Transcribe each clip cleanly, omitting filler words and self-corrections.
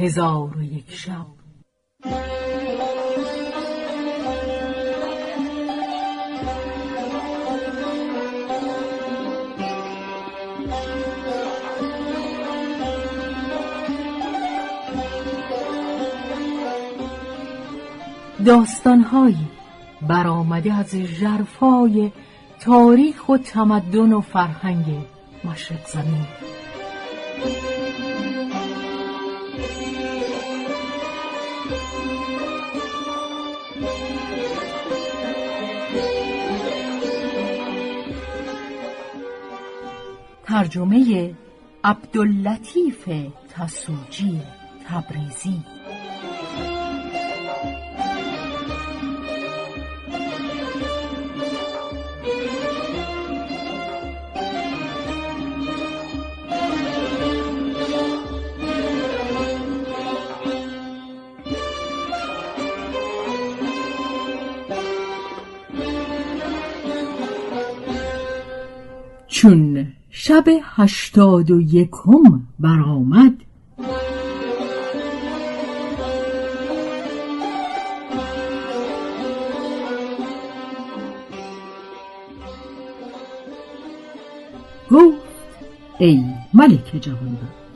1001 شب. داستان‌هایی برآمده از ژرفای تاریخ و تمدن و فرهنگ مشرق زمین. ترجمه عبداللطیف تسوجی تبریزی. چون شب 81 برآمد، گفت ای ملک جوانبخت،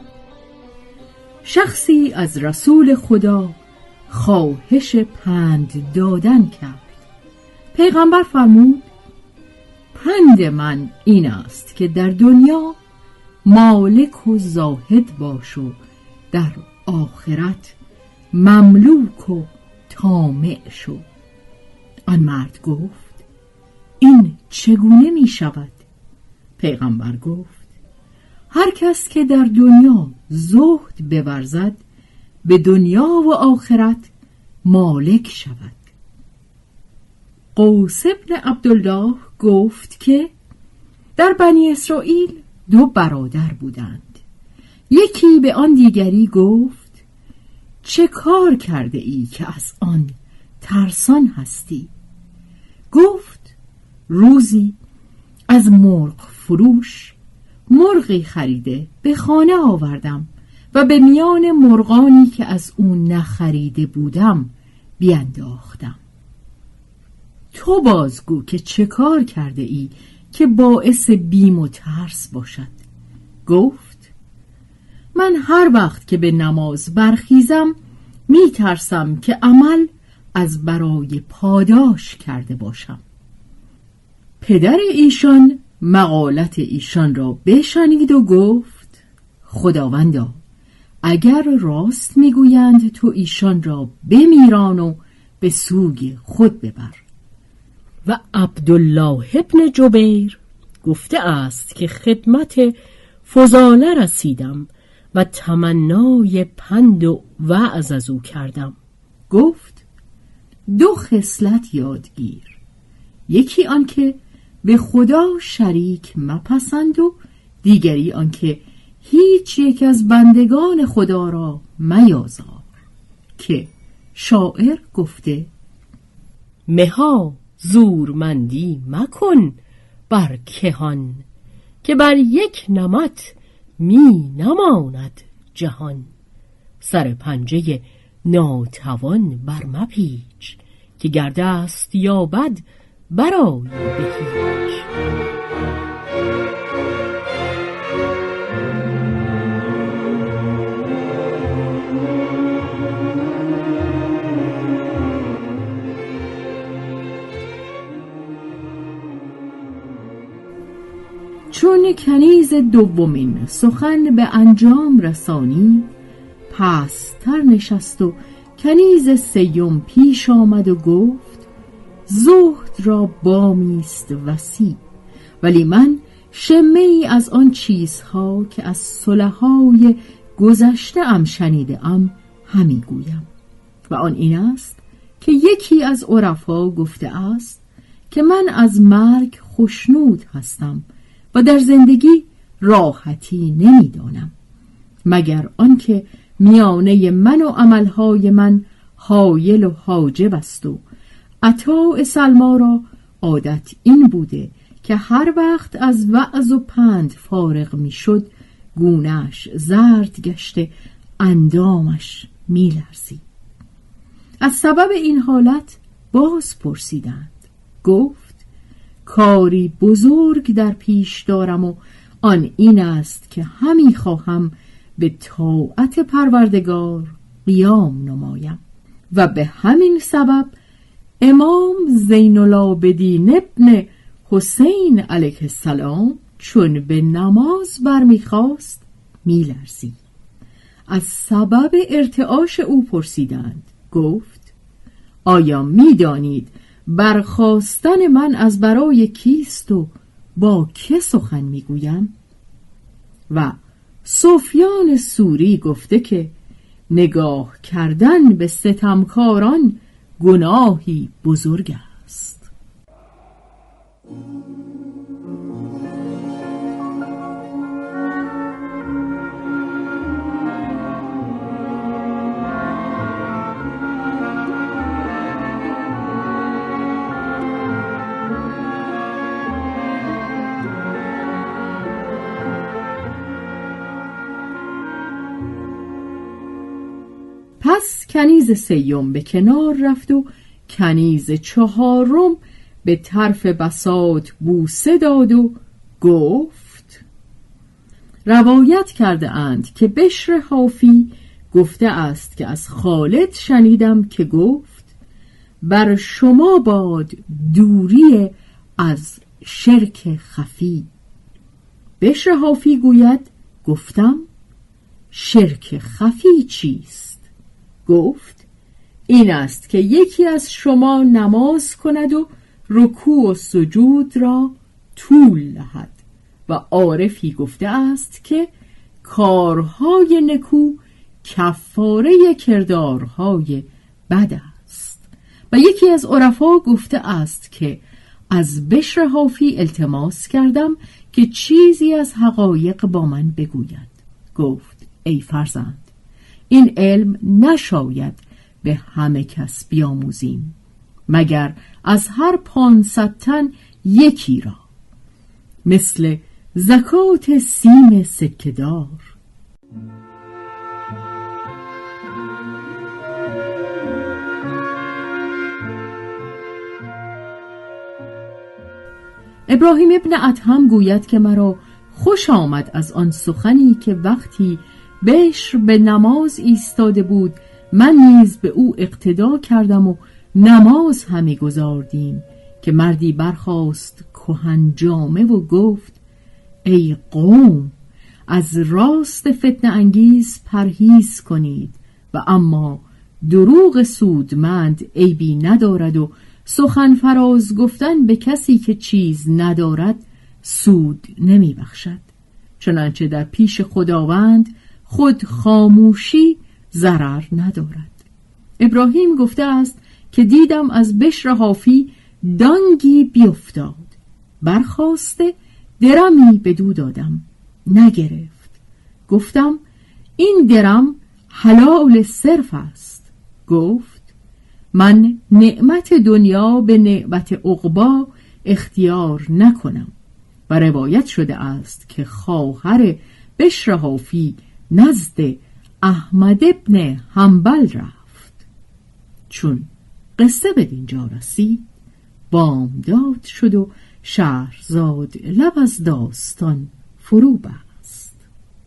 شخصی از رسول خدا خواهش پند دادن کرد. پیغمبر فرمود پند من این است که در دنیا مالک و زاهد باش و در آخرت مملوک و طامع شو. آن مرد گفت این چگونه می شود؟ پیغمبر گفت هر کس که در دنیا زهد بورزد به دنیا و آخرت مالک شود. قوس ابن عبدالله گفت که در بنی اسرائیل 2 برادر بودند. یکی به آن دیگری گفت چه کار کرده ای که از آن ترسان هستی؟ گفت روزی از مرغ فروش مرغی خریده به خانه آوردم و به میان مرغانی که از اون نخریده بودم بینداختم. تو بازگو که چه کار کرده ای که باعث بیم و ترس باشد؟ گفت من هر وقت که به نماز برخیزم می ترسم که عمل از برای پاداش کرده باشم. پدر ایشان مقالت ایشان را بشنید و گفت خداوندا اگر راست میگویند تو ایشان را بمیران و به سوی خود ببر. و عبدالله ابن جبیر گفته است که خدمت فضاله رسیدم و تمنای پند و وعظ از او کردم. گفت 2 خصلت یادگیر، یکی آن که به خدا شریک مپسند و دیگری آن که هیچ یک از بندگان خدا را میازار. که شاعر گفته مها زورمندی مکن بر کهان، که بر یک نمط می نماند جهان. سر پنجه ناتوان بر مپیچ، که گر دست یابد برای به هیچ. چون کنیز 2 سخن به انجام رسانی، پست‌تر نشست و کنیز 3 پیش آمد و گفت زهد را بامیست وسیع، ولی من شمه ای از آن چیزها که از صلحای گذشته ام شنیده ام همی گویم. و آن این است که یکی از عرفا گفته است که من از مرگ خشنود هستم و در زندگی راحتی نمیدانم، مگر آنکه میانه من و عملهای من حایل و حاجب است و عطا سلما را عادت این بوده که هر وقت از وعظ و پند فارغ می شد گونه‌اش زرد گشته اندامش می‌لرزید. از سبب این حالت باز پرسیدند. گفت کاری بزرگ در پیش دارم و آن این است که همی خواهم به طاعت پروردگار قیام نمایم و به همین سبب امام زین العابدین ابن حسین علیه السلام چون به نماز برمیخواست میلرزید. از سبب ارتعاش او پرسیدند. گفت آیا میدانید برخاستن من از برای کیست و با که سخن میگویم؟ و سفیان ثوری گفته که نگاه کردن به ستمکاران گناهی بزرگ است. پس کنیز سیوم به کنار رفت و کنیز چهارم به طرف بساط بوسه داد و گفت روایت کرده اند که بشر حافی گفته است که از خالد شنیدم که گفت بر شما باد دوری از شرک خفی. بشر حافی گوید گفتم شرک خفی چیست؟ گفت این است که یکی از شما نماز کند و رکوع و سجود را طول دهد و عارفی گفته است که کارهای نکو کفاره کردارهای بد است و یکی از عرفا گفته است که از بشر حافی التماس کردم که چیزی از حقایق با من بگوید. گفت ای فرزند این علم نشاید به همه کس بیاموزیم مگر از هر 500 تن یکی را، مثل زکات سیم سکه‌دار. ابراهیم ابن ادهم گوید که مرا خوش آمد از آن سخنی که وقتی بشر به نماز ایستاده بود من نیز به او اقتدا کردم و نماز همی گزاردیم که مردی برخاست کهن جامه و گفت ای قوم از راست فتنه انگیز پرهیز کنید و اما دروغ سودمند عیبی ندارد و سخن فراز گفتن به کسی که چیز ندارد سود نمی بخشد، چنانچه در پیش خداوند خود خاموشی ضرر ندارد. ابراهیم گفته است که دیدم از بشر حافی دانگی بیفتاد، برخاسته درمی بدو دادم، نگرفت. گفتم این درم حلال صرف است. گفت من نعمت دنیا به نعمت عقبی اختیار نکنم. و روایت شده است که خواهر بشر حافی نزد احمد ابن حنبل رفت. چون قصه به دینجا رسید بامداد شد و شهرزاد لب از داستان فرو بست.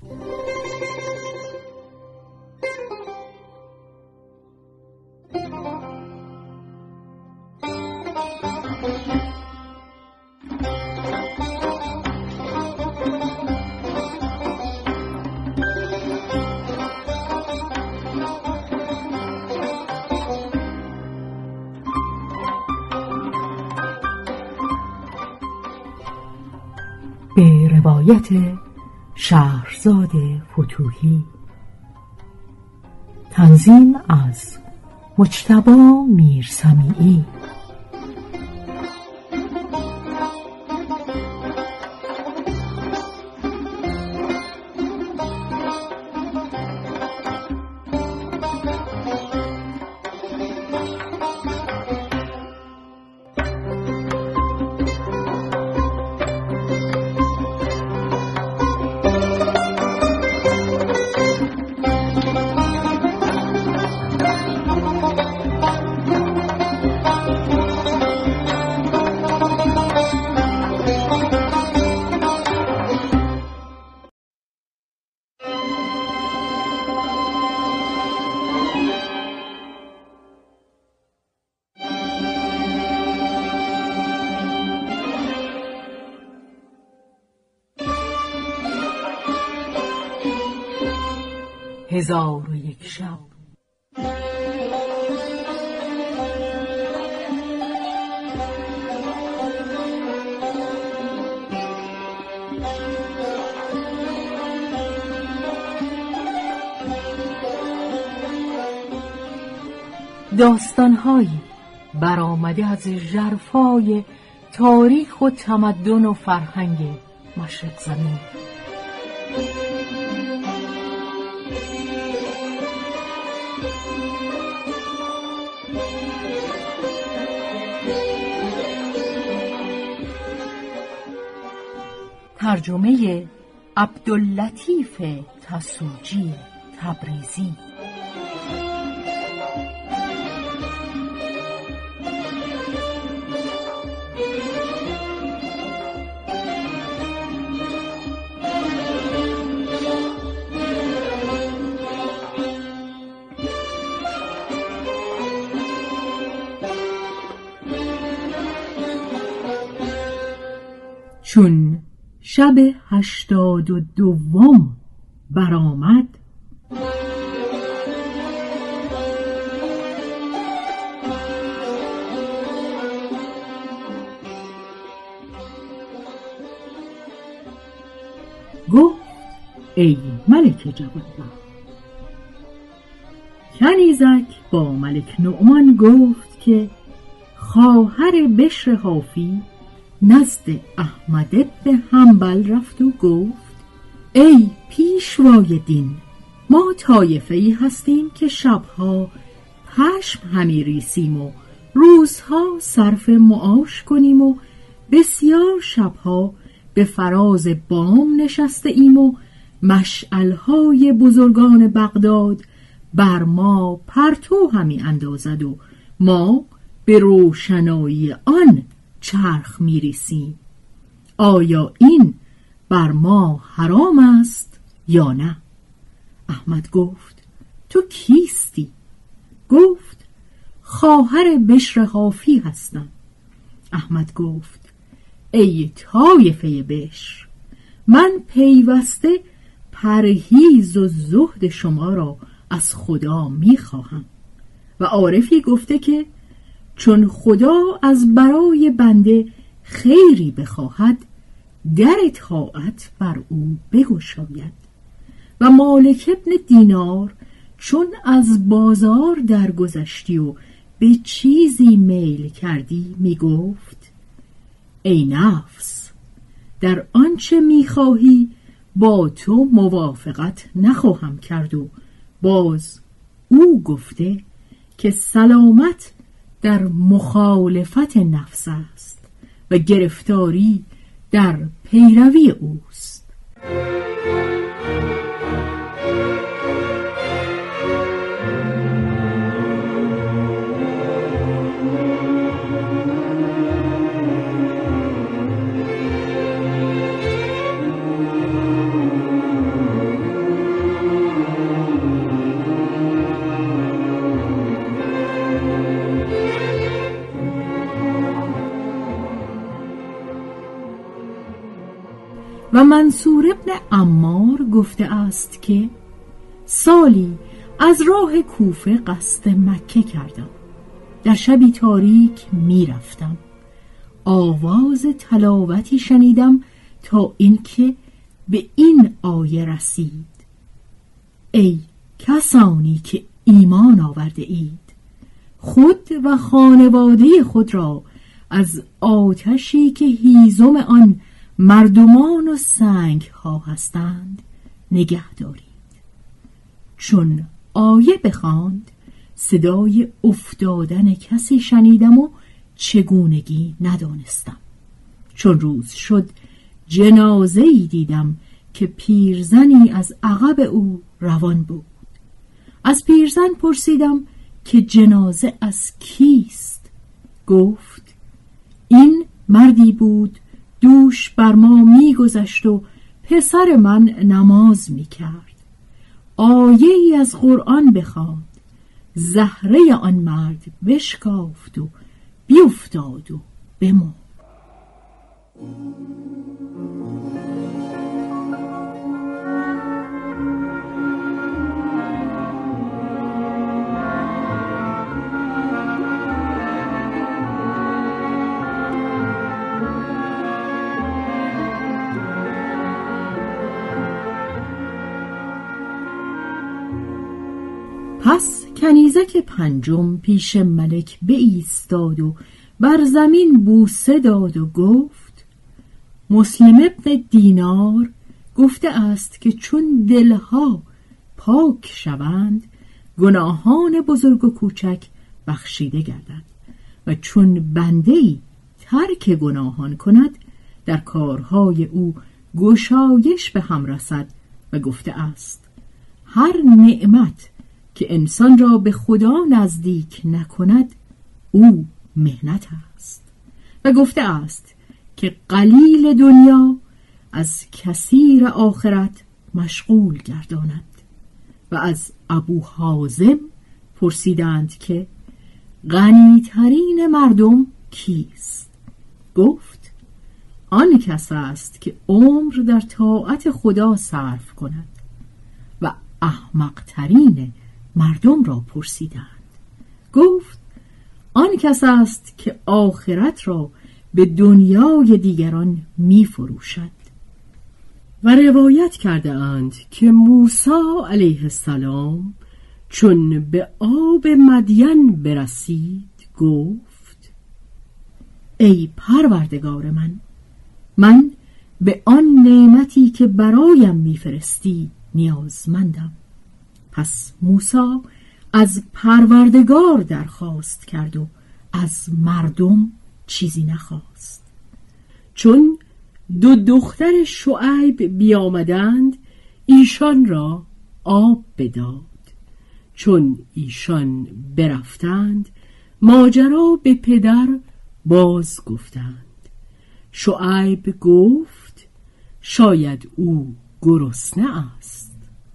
به روایت شهرزاد فتوحی. تنظیم از مجتبی میرسمیعی. 1001 شب. داستان‌هایی برآمده از ژرفای تاریخ و تمدن و فرهنگ مشرق زمین. ترجمه عبداللطیف تسوجی تبریزی. چون شب 82 برآمد، گفت ای ملک جوانبخت. کنیزک با ملک نعمان گفت که خواهر بشر حافی نزد احمد بن حنبل رفت و گفت ای پیشوای دین، ما طایفه‌ای هستیم که شبها پشم همی ریسیم و روزها صرف معاش کنیم و بسیار شبها به فراز بام نشسته ایم و مشعلهای بزرگان بغداد بر ما پرتو همی اندازد و ما به روشنایی آن چرخ میریسیم. آیا این بر ما حرام است یا نه؟ احمد گفت تو کیستی؟ گفت خواهر بشر حافی هستم. احمد گفت ای طایفه بشر، من پیوسته پرهیز و زهد شما را از خدا میخواهم و عارفی گفته که چون خدا از برای بنده خیری بخواهد در طاعت بر او بگشاید. و مالک ابن دینار چون از بازار درگذشتی و به چیزی میل کردی میگفت ای نفس، در آنچه میخواهی با تو موافقت نخواهم کرد. و باز او گفته که سلامت در مخالفت نفس است و گرفتاری در پیروی اوست. و منصور ابن عمار گفته است که سالی از راه کوفه قصد مکه کردم. در شبی تاریک می رفتم. آواز تلاوتی شنیدم تا اینکه به این آیه رسید: ای کسانی که ایمان آورده اید، خود و خانواده خود را از آتشی که هیزم آن مردمان و سنگ ها هستند نگه دارید. چون آیه بخواند صدای افتادن کسی شنیدم و چگونگی ندانستم. چون روز شد جنازه‌ای دیدم که پیرزنی از عقب او روان بود. از پیرزن پرسیدم که جنازه از کیست؟ گفت این مردی بود دوش بر ما می‌گذشت و پسر من نماز می‌کرد. آیه‌ای از قرآن بخواند، زهره آن مرد بشکافت و بیفتاد و بمرد. پس کنیزک پنجم پیش ملک بایستاد و بر زمین بوسه داد و گفت: مسلم ابن دینار گفته است که چون دلها پاک شوند گناهان بزرگ و کوچک بخشیده گردد و چون بنده‌ای ترک گناهان کند در کارهای او گشایش به هم رسد و گفته است: هر نعمت که انسان را به خدا نزدیک نکند او محنت است و گفته است که قلیل دنیا از کثیر آخرت مشغول گرداند. و از ابو حازم پرسیدند که غنی ترین مردم کیست؟ گفت: آن کس است که عمر در طاعت خدا صرف کند. و احمق ترین مردم را پرسیدند. گفت: آن کس است که آخرت را به دنیای دیگران می فروشد. و روایت کرده اند که موسی علیه السلام چون به آب مدین برسید گفت: ای پروردگار من به آن نعمتی که برایم میفرستی نیازمندم. پس موسی از پروردگار درخواست کرد و از مردم چیزی نخواست. چون دو دختر شعیب بیامدند ایشان را آب بداد. چون ایشان برفتند ماجرا به پدر باز گفتند. شعیب گفت: شاید او گرسنه است.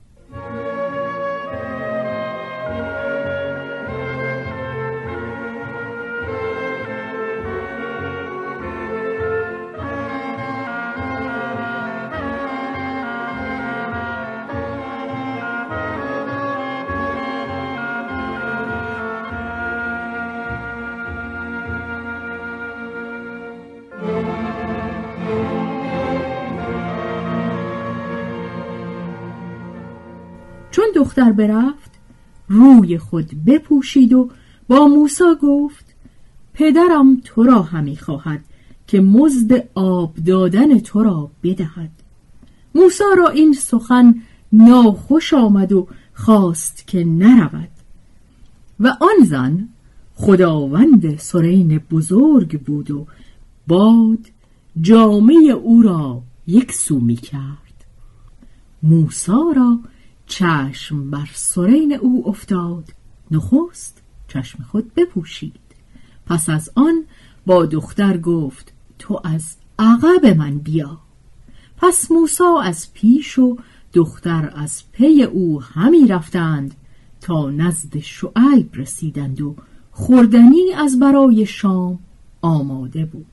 چون دختر برفت روی خود بپوشید و با موسی گفت: پدرم تو را همی خواهد که مزد آب دادن تو را بدهد. موسی را این سخن ناخوش آمد و خواست که نرود. و آن زن خداوند سرین بزرگ بود و باد جامه او را یک سو می کرد. موسی را چشم بر سرین او افتاد. نخست چشم خود بپوشید. پس از آن با دختر گفت: تو از عقب من بیا. پس موسی از پیش و دختر از پی او همی رفتند تا نزد شعیب رسیدند و خوردنی از برای شام آماده بود.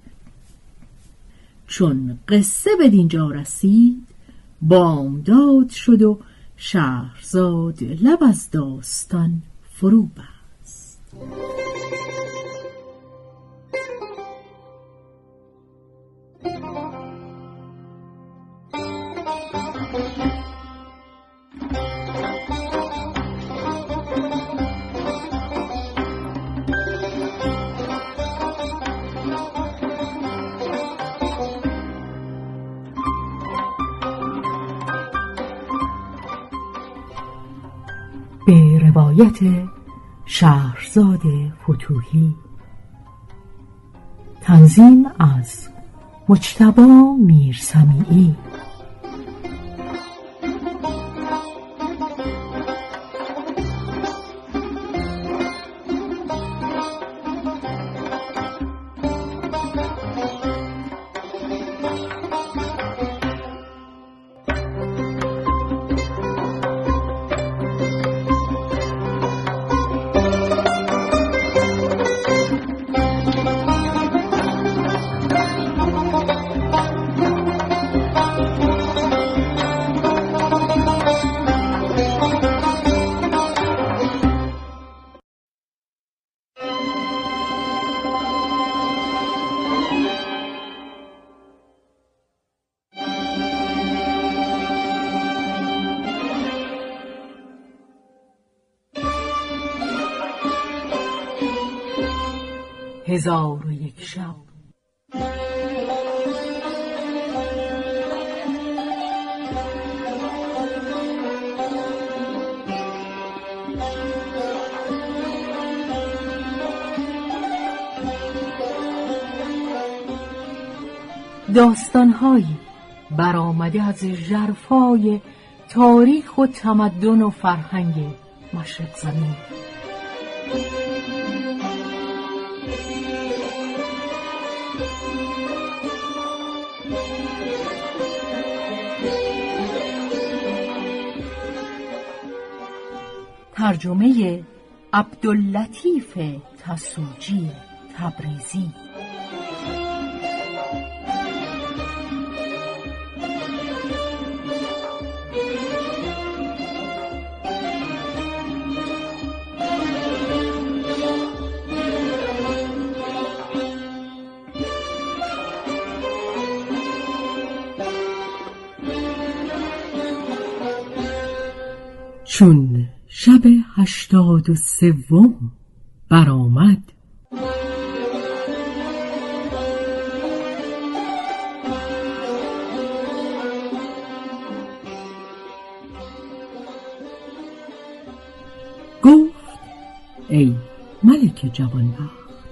چون قصه به دینجا رسید بامداد شد و شهرزاد لب از داستان فرو بست. به روایت شهرزاد فتوحی. تنظیم از مجتبی میرسمیعی. 1001 شب. داستان‌هایی برآمده از ژرفای تاریخ و تمدن و فرهنگ مشرق زمین. ترجمه عبداللطیف تسوجی تبریزی. چون شب 83 برآمد، گفت ای ملک جوانبخت،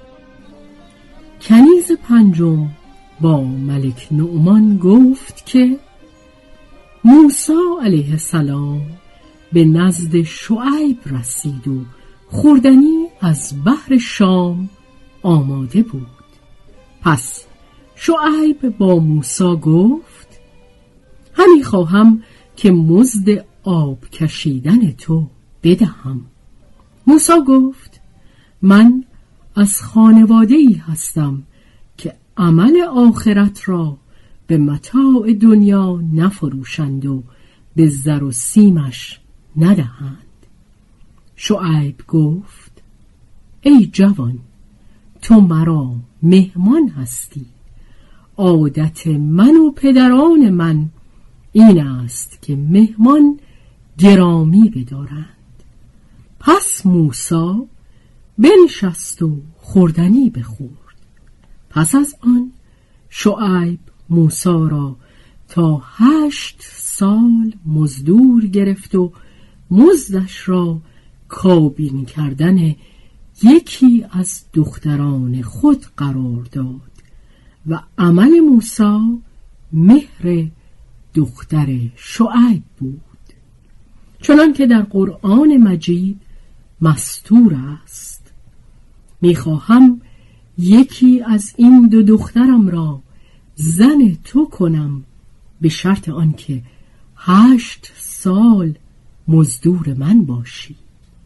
کنیز پنجم با ملک نعمان گفت که موسی علیه السلام به نزد شعیب رسید و خوردنی از بحر شام آماده بود. پس شعیب با موسی گفت همی خواهم که مزد آب کشیدن تو بدهم. موسی گفت من از خانواده‌ای هستم که عمل آخرت را به متاع دنیا نفروشند و به زر و سیمش ندهند. شعیب گفت ای جوان، تو مرا مهمان هستی. عادت من و پدران من این است که مهمان گرامی بدارند. پس موسی بنشست و خوردنی بخورد. پس از آن شعیب موسی را تا 8 سال مزدور گرفت و مزدش را کابین کردن یکی از دختران خود قرار داد و عمل موسی مهر دختر شعیب بود، چنان که در قرآن مجید مستور است. میخواهم یکی از این 2 دخترم را زن تو کنم به شرط آنکه 8 سال مزدور من باشی.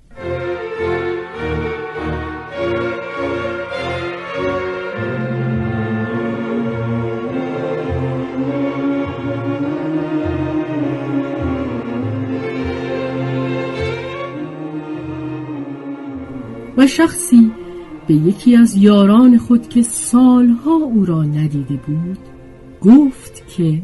و شخصی به یکی از یاران خود که سالها او را ندیده بود گفت که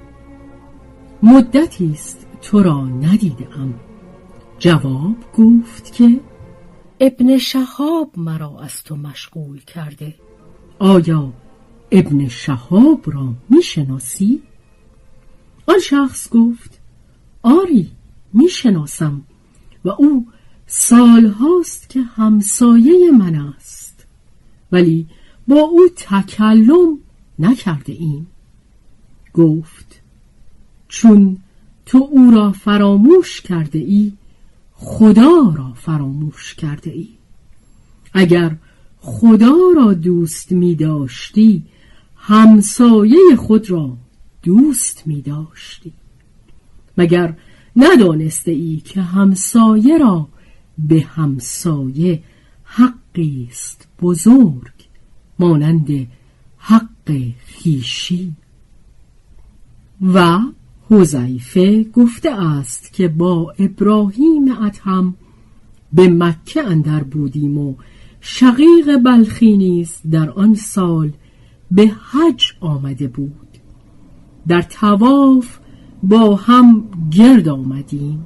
مدتی است تو را ندیدم. جواب گفت که ابن شهاب مرا از تو مشغول کرده. آیا ابن شهاب را میشناسی؟ آن شخص گفت آری میشناسم و او سالهاست که همسایه من است، ولی با او تکلم نکرده ایم. گفت چون تو او را فراموش کرده ای، خدا را فراموش کرده ای. اگر خدا را دوست می داشتی، همسایه خود را دوست می داشتی. مگر ندانسته ای که همسایه را به همسایه حقی است بزرگ مانند حق خویشی؟ و حذیفه گفته است که با ابراهیم ادهم به مکه اندر بودیم و شقیق بلخی نیز در آن سال به حج آمده بود. در طواف با هم گرد آمدیم.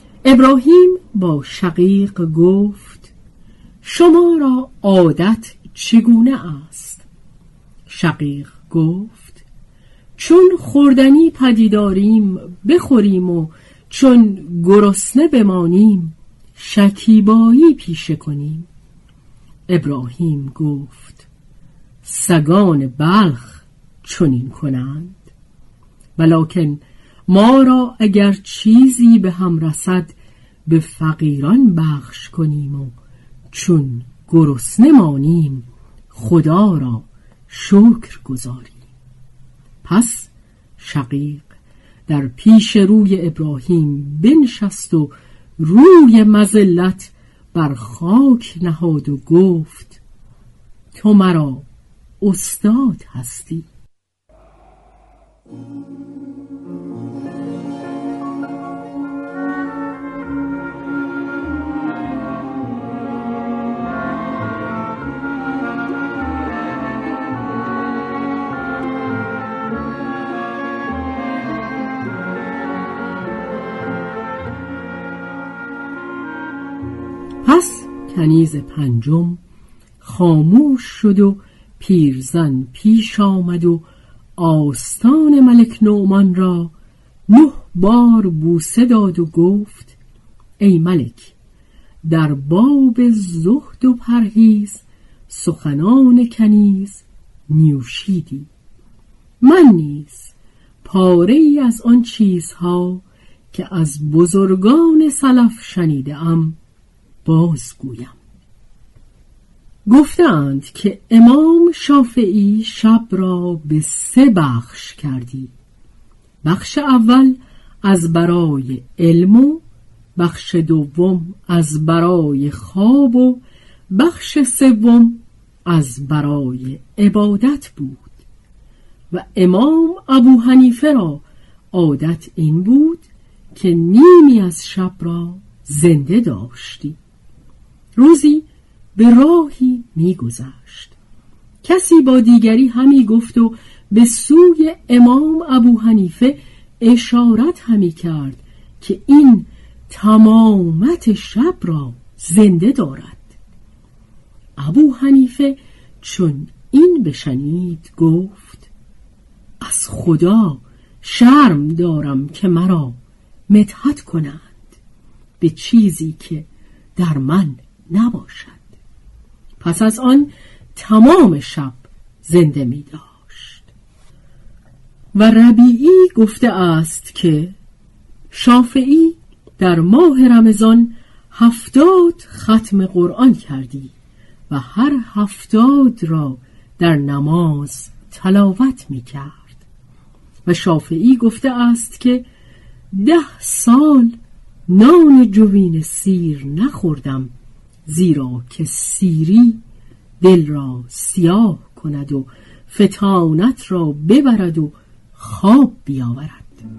ابراهیم با شقیق گفت شما را عادت چگونه است؟ شقیق گفت چون خوردنی پدیداریم بخوریم و چون گرسنه بمانیم شکیبایی پیشه کنیم. ابراهیم گفت سگان بلخ چنین کنند، ولکن ما را اگر چیزی به هم رسد به فقیران بخش کنیم و چون گرسنه مانیم خدا را شکر گزاریم. پس شقیق در پیش روی ابراهیم بنشست و روی مذلت بر خاک نهاد و گفت تو مرا استاد هستی. پس کنیز پنجم خاموش شد و پیرزن پیش آمد و آستان ملک نعمان را 9 بار بوسه داد و گفت ای ملک، در باب زهد و پرهیز سخنان کنیز نیوشیدی. من نیز پاره ای از آن چیزها که از بزرگان سلف شنیدم بازگویم. گفتند که امام شافعی شب را به 3 بخش کردی. بخش اول از برای علم و بخش دوم از برای خواب و بخش سوم از برای عبادت بود و امام ابو حنیفه را عادت این بود که نیمی از شب را زنده داشتی. روزی به راهی می‌گذشت، کسی با دیگری همی گفت و به سوی امام ابو حنیفه اشارت همی کرد که این تمامت شب را زنده دارد. ابو حنیفه چون این بشنید گفت از خدا شرم دارم که مرا مدحت کنند به چیزی که در من نباشد. پس از آن تمام شب زنده می داشت. و ربیعی گفته است که شافعی در ماه رمضان 70 ختم قرآن کردی و هر 70 را در نماز تلاوت می کرد. و شافعی گفته است که 10 سال نان جوین سیر نخوردم، زیرا که سیری دل را سیاه کند و فطانت را ببرد و خواب بیاورد.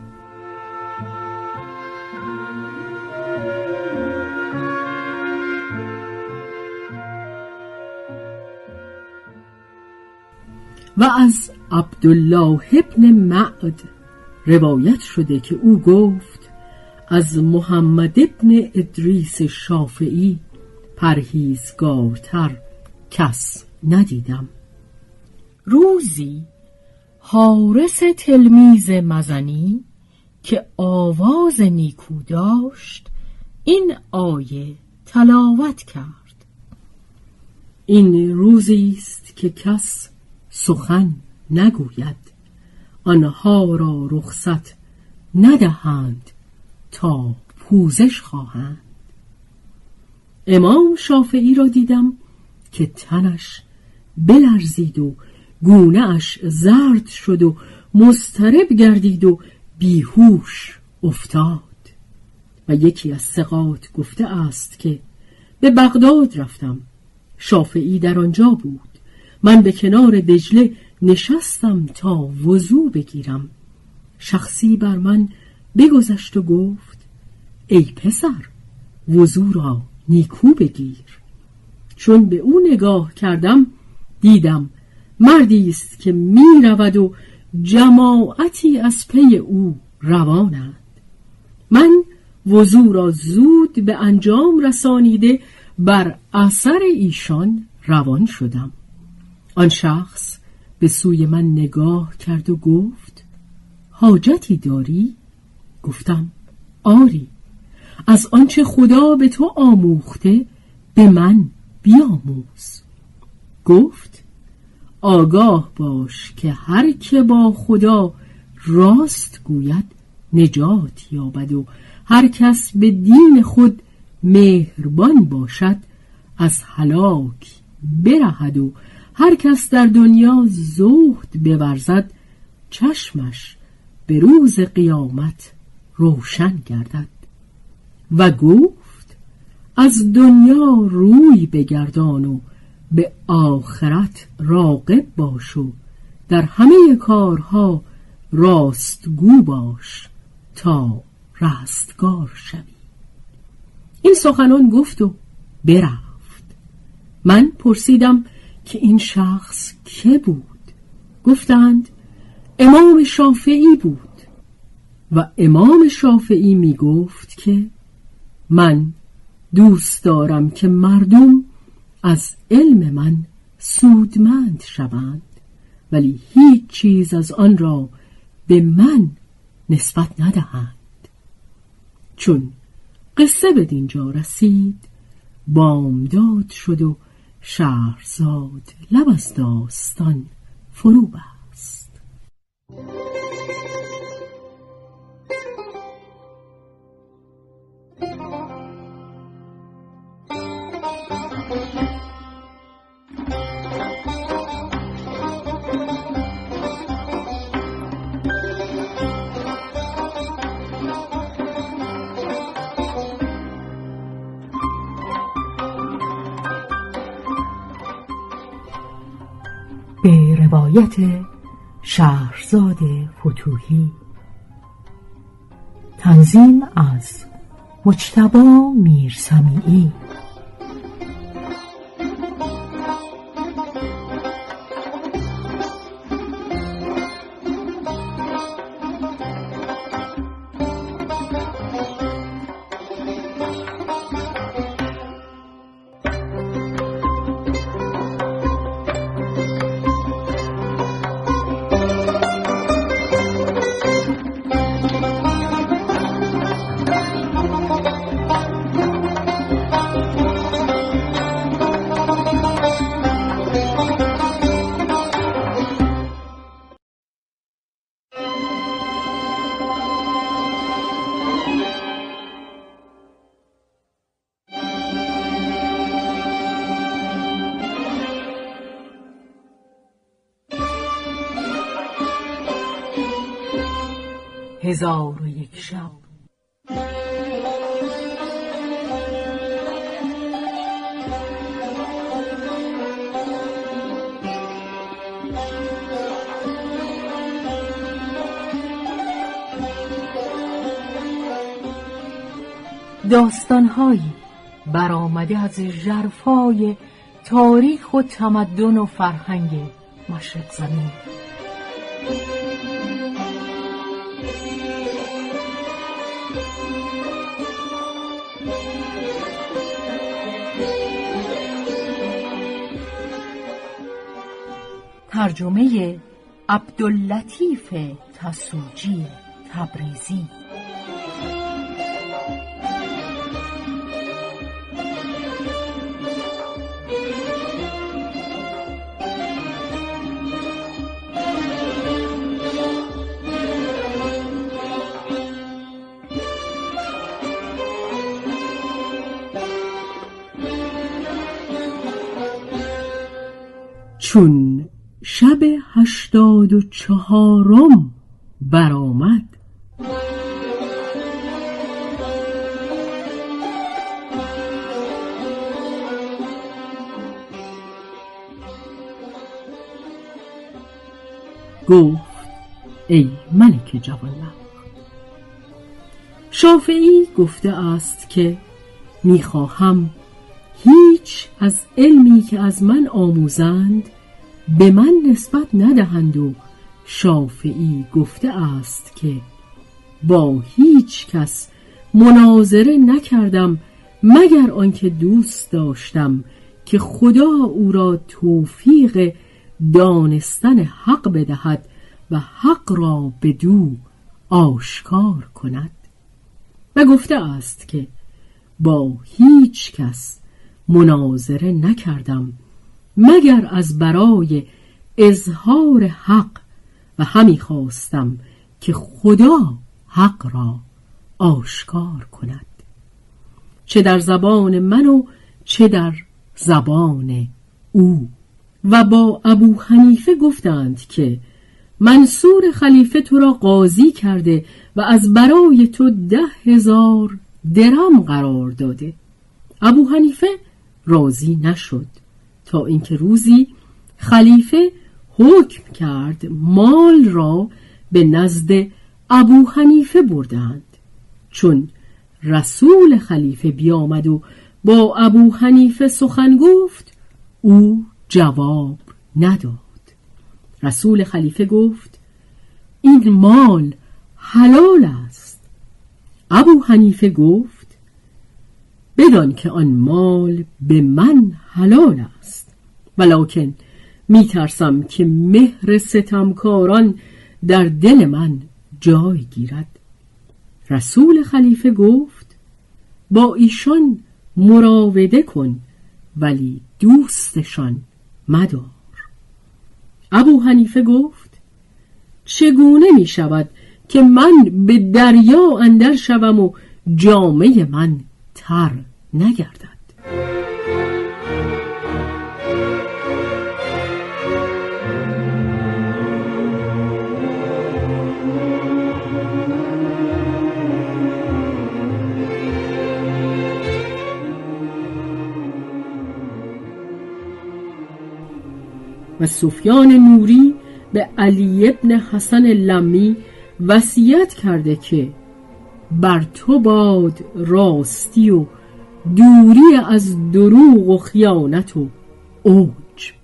و از عبدالله ابن معد روایت شده که او گفت از محمد ابن ادریس شافعی پرهیزگارتر کس ندیدم. روزی حارس تلمیذ مزنی که آواز نیکو داشت این آیه تلاوت کرد: این روزی است که کس سخن نگوید، آنها را رخصت ندهند تا پوزش خواهند. امام شافعی را دیدم که تنش بلرزید و گونه اش زرد شد و مضطرب گردید و بیهوش افتاد. و یکی از ثقات گفته است که به بغداد رفتم، شافعی در آنجا بود. من به کنار دجله نشستم تا وضو بگیرم. شخصی بر من بگذشت و گفت: ای پسر، وضو را نیکو بگیر. چون به او نگاه کردم دیدم مردی است که می رود و جماعتی از پی او روانند. من وضو را زود به انجام رسانیده بر اثر ایشان روان شدم. آن شخص به سوی من نگاه کرد و گفت: حاجتی داری؟ گفتم: آری، از آنچه خدا به تو آموخته به من بیاموز. گفت: آگاه باش که هر که با خدا راست گوید نجات یابد و هر کس به دین خود مهربان باشد از هلاک برهد و هر کس در دنیا زهد بورزد چشمش به روز قیامت روشن گردد. و گفت: از دنیا روی بگردان و به آخرت راغب باش و در همه کارها راستگو باش تا رستگار شوی. این سخنان گفت و برفت. من پرسیدم که این شخص که بود؟ گفتند: امام شافعی بود. و امام شافعی می گفت که من دوست دارم که مردم از علم من سودمند شوند، ولی هیچ چیز از آن را به من نسبت ندهند. چون قصه به دینجا رسید، بامداد شد و شهرزاد لب از داستان فرو بست. به روایت شهرزاد فتوحی. تنظیم از مجتبی میرسمیعی. هزار و یک شب. داستان‌هایی برآمده از ژرفای تاریخ و تمدن و فرهنگ مشرق زمین. ترجمه عبداللطیف تسوجی تبریزی. چون شب 84 برآمد، گفت: ای ملک جوانبخت، شافعی گفته است که میخواهم هیچ از علمی که از من آموزند به من نسبت ندهند و شافعی گفته است که با هیچ کس مناظره نکردم مگر آنکه دوست داشتم که خدا او را توفیق دانستن حق بدهد و حق را بدو آشکار کند. و گفته است که با هیچ کس مناظره نکردم مگر از برای اظهار حق و همی خواستم که خدا حق را آشکار کند، چه در زبان من و چه در زبان او. و با ابو حنیفه گفتند که منصور خلیفه تو را قاضی کرده و از برای تو 10,000 درم قرار داده. ابو حنیفه راضی نشد تا اینکه روزی خلیفه حکم کرد مال را به نزد ابو حنیفه بردند. چون رسول خلیفه بیامد و با ابو حنیفه سخن گفت، او جواب نداد. رسول خلیفه گفت این مال حلال است. ابو حنیفه گفت بدان که آن مال به من حلال است، ولکن می ترسم که مهر ستمکاران در دل من جای گیرد. رسول خلیفه گفت با ایشان مراوده کن ولی دوستشان مدار. ابو حنیفه گفت چگونه می شود که من به دریا اندر شوم و جامه من تر نگردد؟ و سفیان نوری به علی ابن حسن لمی وصیت کرده که بر تو باد راستی و دوری از دروغ و خیانت و عجب،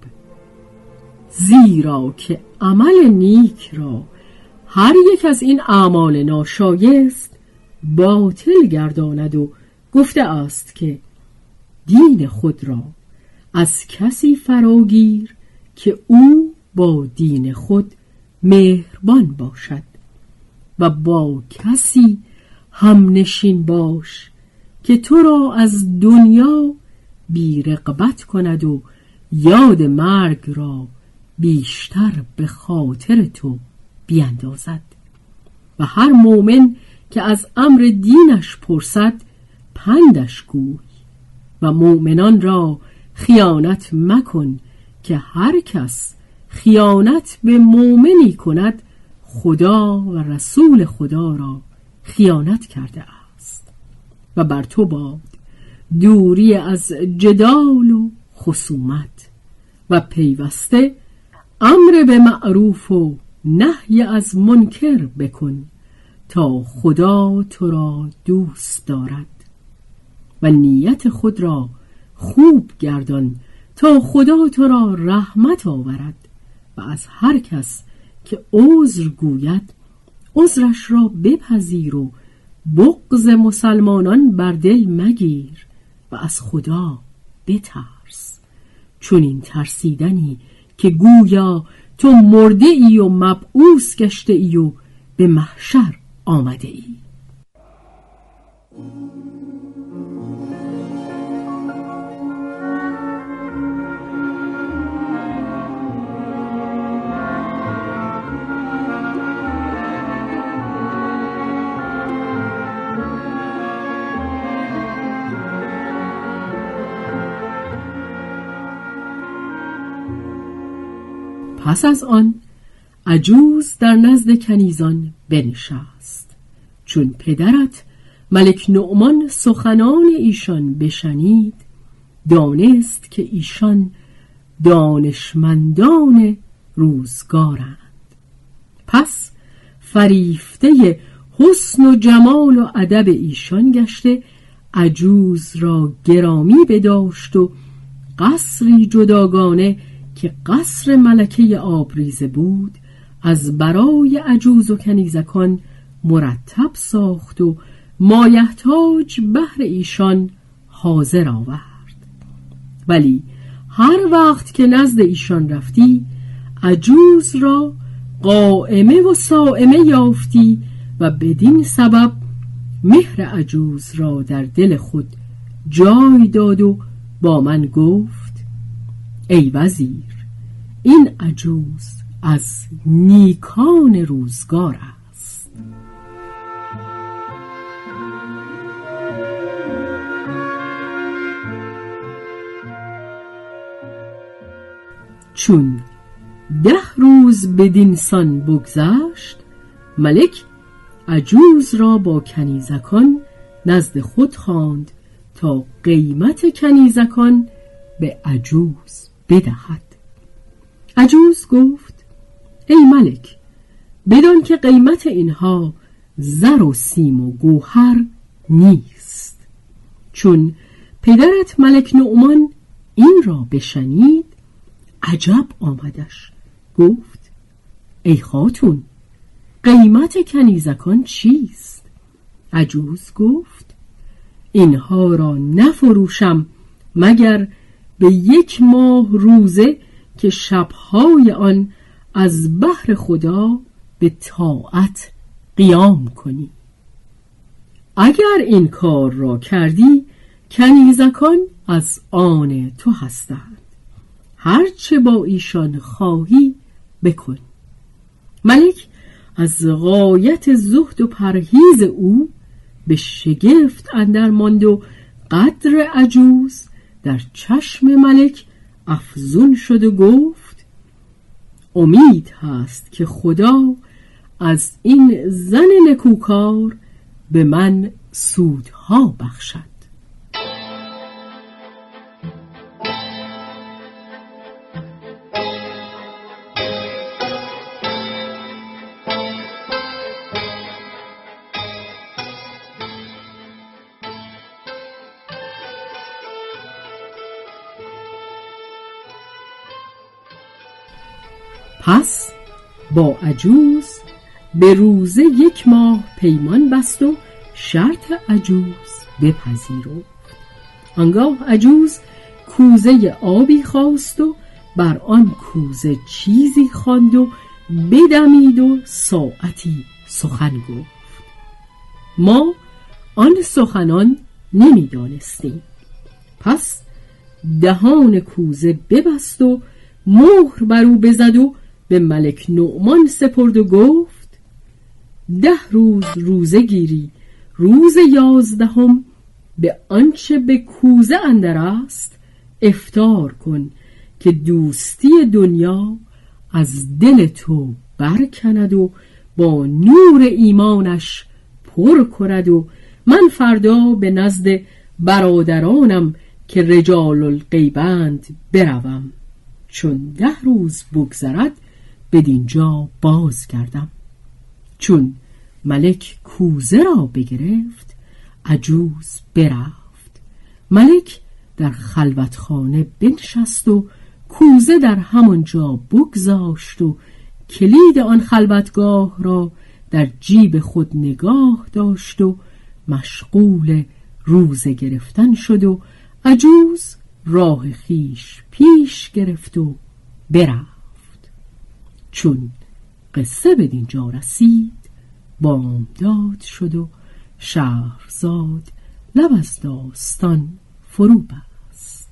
زیرا که عمل نیک را هر یک از این اعمال ناشایست باطل گرداند و گفته است که دین خود را از کسی فراگیر که او با دین خود مهربان باشد و با کسی همنشین باش که تو را از دنیا بی رغبت کند و یاد مرگ را بیشتر به خاطر تو بیندازد. و هر مومن که از امر دینش پرسد پندش گوی و مومنان را خیانت مکن که هر کس خیانت به مومنی کند خدا و رسول خدا را خیانت کرده است. و بر تو باد دوری از جدال و خصومت و پیوسته امر به معروف و نهی از منکر بکن تا خدا تو را دوست دارد. و نیت خود را خوب گردان تا خدا تو را رحمت آورد. و از هر کس که عذر گوید عذرش را بپذیر و بغض مسلمانان بر دل مگیر و از خدا بترس، چون این ترسیدنی که گویا تو مرده ای و مبعوث گشته ای و به محشر آمده ای. پس از آن عجوز در نزد کنیزان بنشست. چون پدرت ملک نعمان سخنان ایشان بشنید دانست که ایشان دانشمندان روزگارند. پس فریفته حسن و جمال و ادب ایشان گشته عجوز را گرامی بداشت و قصری جداگانه که قصر ملکه آبریزه بود از برای عجوز و کنیزکان مرتب ساخت و مایحتاج بهر ایشان حاضر آورد. ولی هر وقت که نزد ایشان رفتی عجوز را قائمه و صائمه یافتی و بدین سبب مهر عجوز را در دل خود جای داد و با من گفت: ای وزیر، این عجوز از نیکان روزگار است. چون 10 روز بدین سان بگذشت، ملک عجوز را با کنیزکان نزد خود خواند تا قیمت کنیزکان به عجوز بدهد. عجوز گفت: ای ملک، بدان که قیمت اینها زر و سیم و گوهر نیست. چون پدرت ملک نعمان این را بشنید، عجب آمدش. گفت: ای خاتون، قیمت کنیزکان چیست؟ عجوز گفت: اینها را نفروشم مگر به 1 ماه روزه که شبهای آن از بهر خدا به طاعت قیام کنی. اگر این کار را کردی، کنیزکان از آن تو هستند. هرچه با ایشان خواهی بکن. ملک از غایت زهد و پرهیز او به شگفت اندر ماند و قدر عجوز در چشم ملک افزون شد و گفت: امید هست که خدا از این زن نکوکار به من سودها بخشد. پس با عجوز به روزه 1 ماه پیمان بست و شرط عجوز بپذیرفت. آنگاه عجوز کوزه آبی خواست و بر آن کوزه چیزی خواند و بدمید و ساعتی سخن گفت. ما آن سخنان نمی‌دانستیم. پس دهان کوزه ببست و مهر بر او بزد و به ملک نعمان سپرد و گفت: 10 روز روزه گیری، روز 11 به آنچه به کوزه اندر است افطار کن که دوستی دنیا از دل تو برکند و با نور ایمانش پر کند و من فردا به نزد برادرانم که رجال الغیبند بروم. چون 10 روز بگذرد بدینجا باز گردم. چون ملک کوزه را بگرفت، عجوز برفت. ملک در خلوتخانه بنشست و کوزه در همانجا بگذاشت و کلید آن خلوتگاه را در جیب خود نگاه داشت و مشغول روزه گرفتن شد و عجوز راه خیش پیش گرفت و برفت. چون قصه به دینجا رسید، بامداد شد و شهرزاد لب از داستان فرو بست.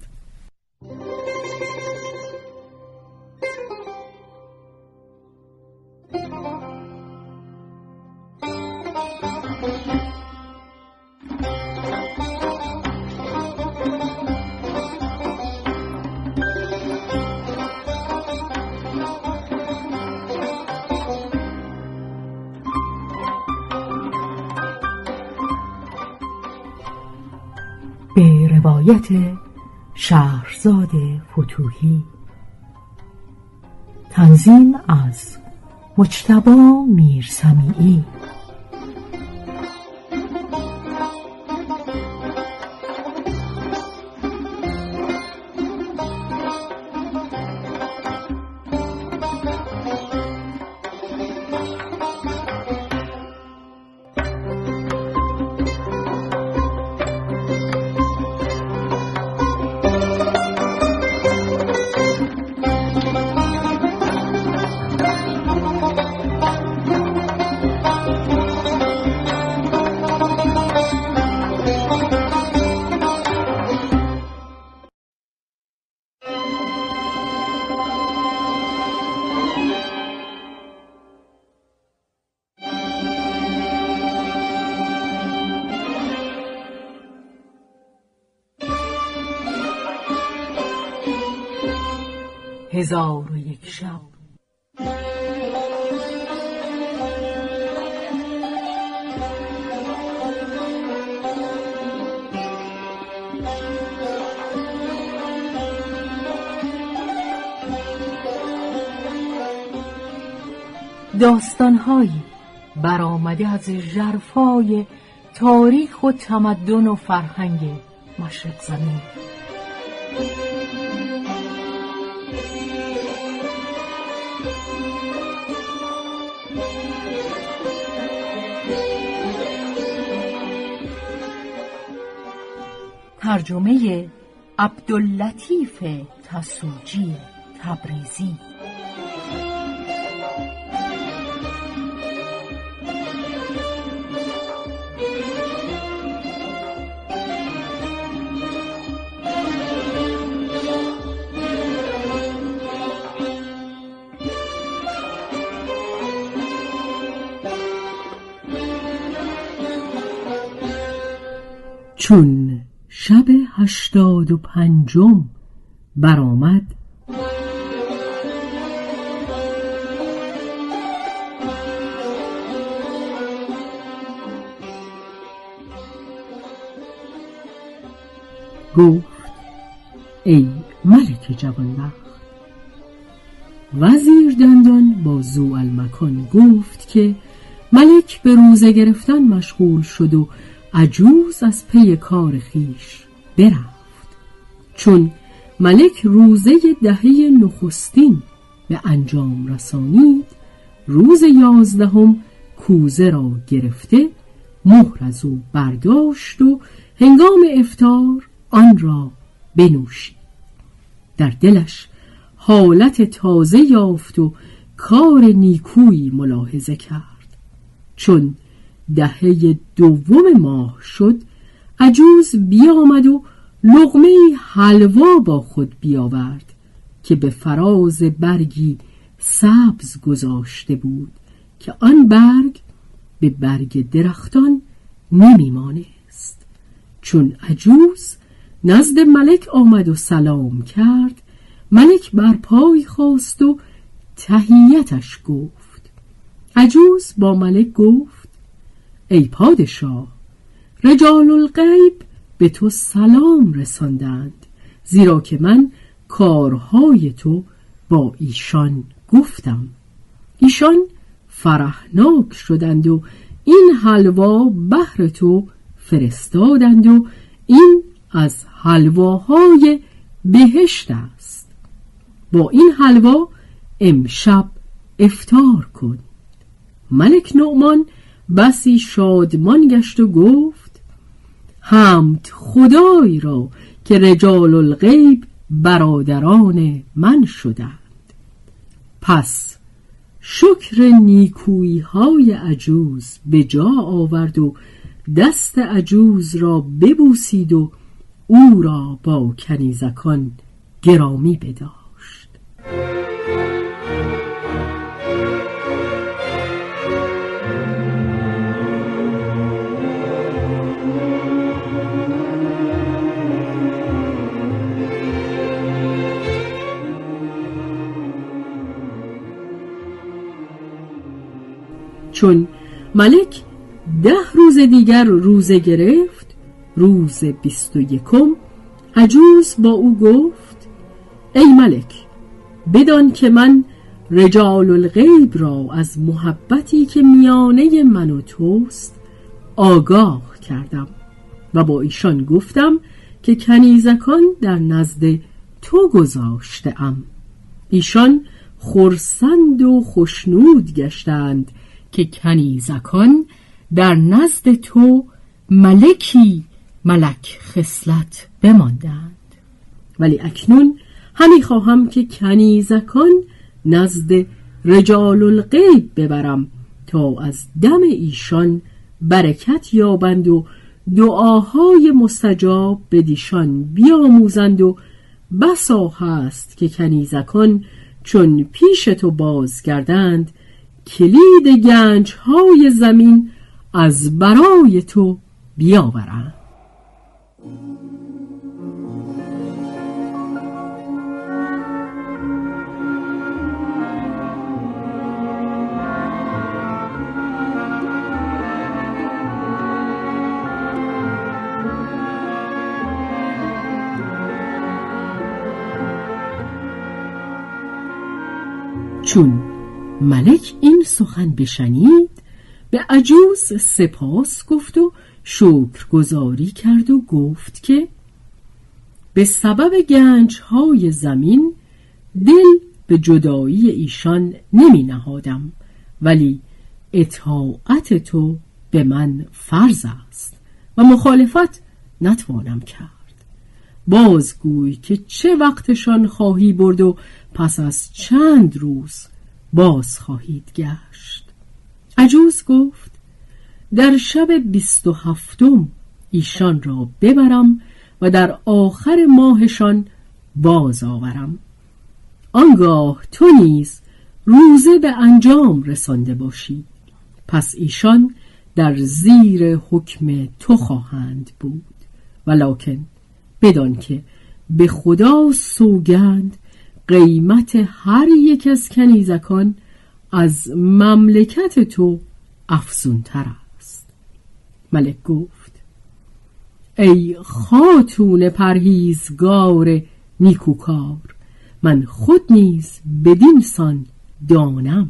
به روایت شهرزاد فتوحی. تنظیم از مجتبی میرسمیعی. 1001 شب. داستان‌هایی برآمده از ژرفای تاریخ و تمدن و فرهنگ مشرق زمین. ترجمه عبداللطیف تسوجی تبریزی. چون شب 85 برآمد، گفت ای ملک جوانبخت. وزیر دندان با ذوالمکان گفت که ملک به روزه گرفتن مشغول شد و عجوز از پی کار خویش برفت. چون ملک روزه دهه نخستین به انجام رسانید، روز 11 کوزه را گرفته مهر از او برداشت و هنگام افطار آن را بنوشید. در دلش حالت تازه یافت و کار نیکویی ملاحظه کرد. چون دهه 2 ماه شد، عجوز بیامد و لقمه حلوا با خود بیاورد که به فراز برگی سبز گذاشته بود که آن برگ به برگ درختان نمیمانست. چون عجوز نزد ملک آمد و سلام کرد، ملک بر پای خاست و تحیتش گفت. عجوز با ملک گفت ای پادشاه، رجال الغیب به تو سلام رساندند، زیرا که من کارهای تو با ایشان گفتم. ایشان فرحناک شدند و این حلوا بهر تو فرستادند و این از حلواهای بهشت است. با این حلوا امشب افطار کن. ملک نعمان بسی شادمان گشت و گفت حمد خدای را که رجال الغیب برادران من شدند. پس شکر نیکویی های عجوز به جا آورد و دست عجوز را ببوسید و او را با کنیزکان گرامی بداشت. چون ملک 10 روز دیگر روزه گرفت، روز 21 عجوز با او گفت ای ملک، بدان که من رجال الغیب را از محبتی که میانه من و توست آگاه کردم و با ایشان گفتم که کنیزکان در نزد تو گذاشته ام. ایشان خرسند و خشنود گشتند که کنیزکان در نزد تو ملکی ملک خصلت بماندند. ولی اکنون همی خواهم که کنیزکان نزد رجال الغیب ببرم تا از دم ایشان برکت یابند و دعاهای مستجاب به دیشان بیاموزند و بسا هست که کنیزکان چون پیش تو بازگردند کلید گنج‌های زمین از برای تو بیاورند. چون ملک این سخن بشنید به عجوز سپاس گفت و شکرگزاری کرد و گفت که به سبب گنج‌های زمین دل به جدایی ایشان نمی نهادم، ولی اطاعت تو به من فرض است و مخالفت نتوانم کرد. بازگوی که چه وقتشان خواهی برد و پس از چند روز باز خواهید گشت. عجوز گفت در شب 27 ایشان را ببرم و در آخر ماهشان باز آورم. آنگاه تو نیز روزه به انجام رسانده باشی، پس ایشان در زیر حکم تو خواهند بود. ولکن بدان که به خدا سوگند قیمت هر یک از کنیزکان از مملکت تو افزونتر است. ملک گفت ای خاتون پرهیزگار نیکوکار، من خود نیز بدین سان دانم.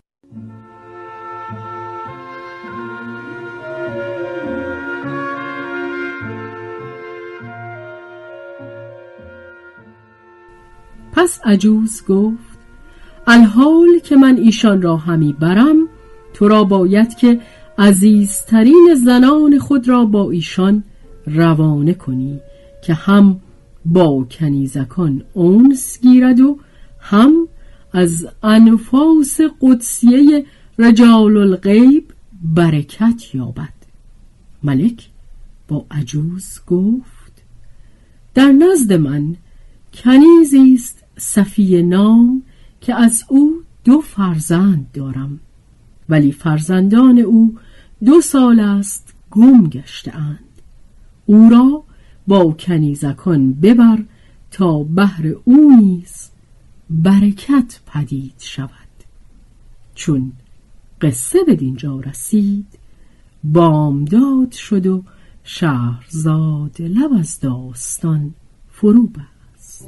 پس عجوز گفت الحال که من ایشان را همی برم، تو را باید که عزیزترین زنان خود را با ایشان روانه کنی که هم با کنیزکان انس گیرد و هم از انفاس قدسیه رجال الغیب برکت یابد. ملک با عجوز گفت در نزد من کنیزی است صفیه نام که از او 2 فرزند دارم، ولی فرزندان او 2 سال است گم گشته اند. او را با کنیزکان ببر تا بهر او نیز برکت پدید شود. چون قصه به دینجا رسید، بامداد شد و شهرزاد لب از داستان فرو بست.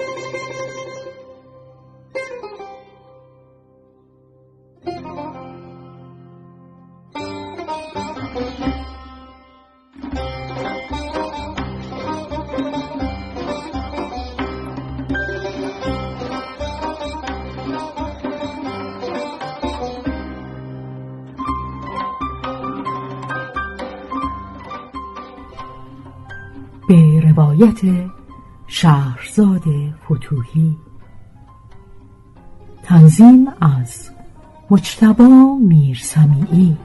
به روایت شهرزاد فتوحی. تنظیم از مجتبی میرسمیعی.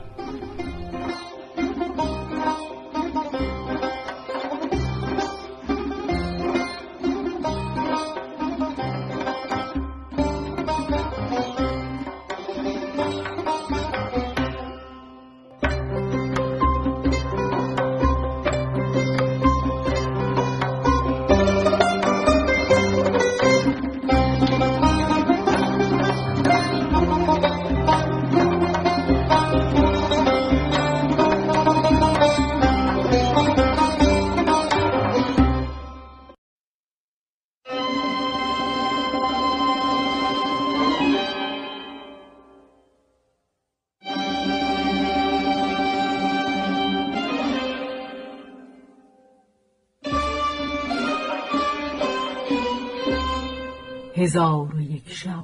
هزار و یک شب.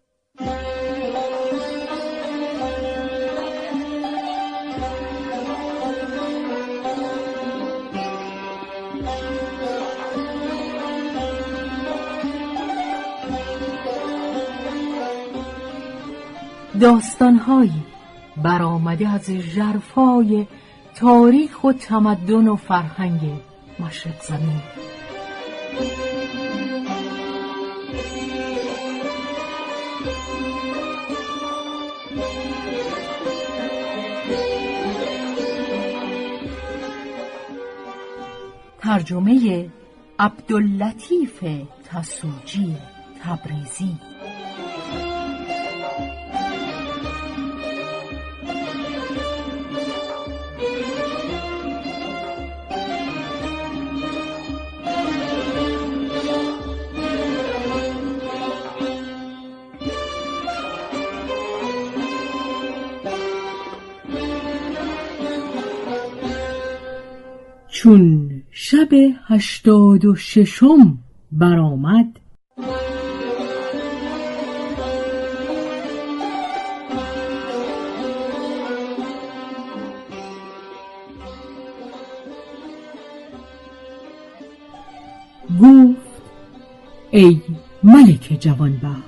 داستان‌هایی برآمده از ژرفای تاریخ و تمدن و فرهنگ مشرق زمین. ترجمه عبداللطیف تسوجی تبریزی. چون شب 86 برآمد، گفت ای ملک جوانبخت.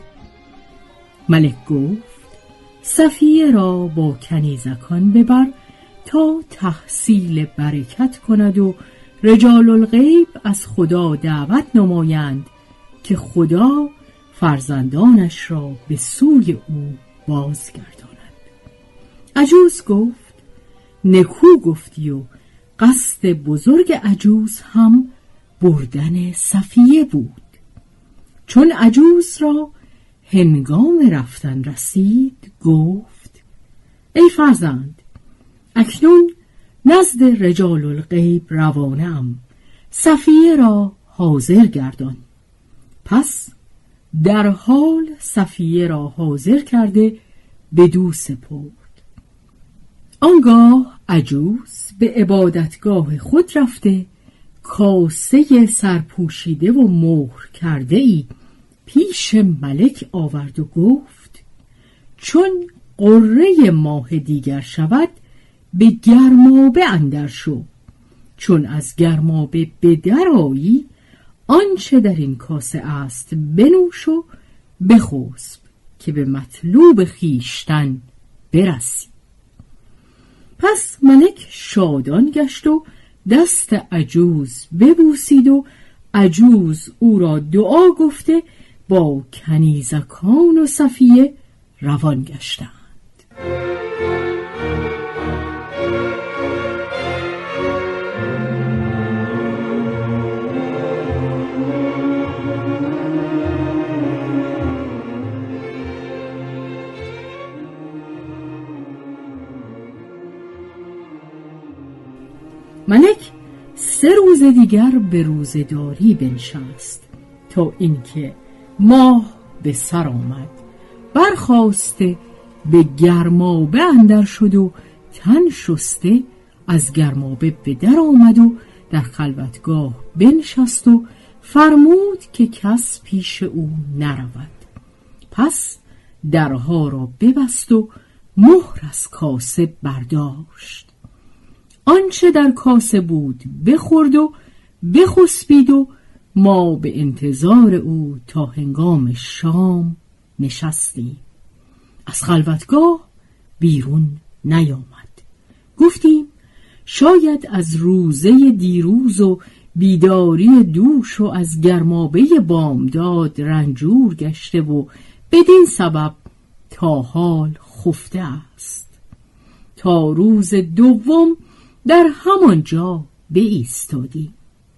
ملک گفت صفیه را با کنیزکان ببر تا تحصیل برکت کند و رجال الغیب از خدا دعوت نمایند که خدا فرزندانش را به سوی او بازگرداند. عجوز گفت نکو گفتی و قصد بزرگ عجوز هم بردن صفیه بود. چون عجوز را هنگام رفتن رسید گفت ای فرزند، اکنون نزد رجال الغیب روانه ام، صفیه را حاضر گردان. پس در حال صفیه را حاضر کرده بدو سپرد. آنگاه عجوز به عبادتگاه خود رفته کاسه سرپوشیده و مهر کرده ای پیش ملک آورد و گفت چون قره ماه دیگر شود به گرمابه اندر شو. چون از گرمابه به در آیی آنچه در این کاسه است بنوش و بخسب که به مطلوب خیشتن برسی. پس ملک شادان گشت و دست عجوز ببوسید و عجوز او را دعا گفته با کنیزکان و صفیه روان گشتند. ملک 3 روز دیگر به روزه‌داری بنشست تا اینکه ماه به سر آمد. برخاسته به گرمابه اندر شد و تن شسته از گرمابه به در آمد و در خلوتگاه بنشست و فرمود که کس پیش او نرود. پس درها را ببست و مهر از کاسه برداشت. آنچه در کاسه بود بخورد و بخسبید و ما به انتظار او تا هنگام شام نشستیم. از خلوتگاه بیرون نیامد. گفتیم شاید از روزه دیروز و بیداری دوش و از گرمابه بامداد رنجور گشته و بدین سبب تا حال خفته است. تا روز دوم در همان جا بایستادیم.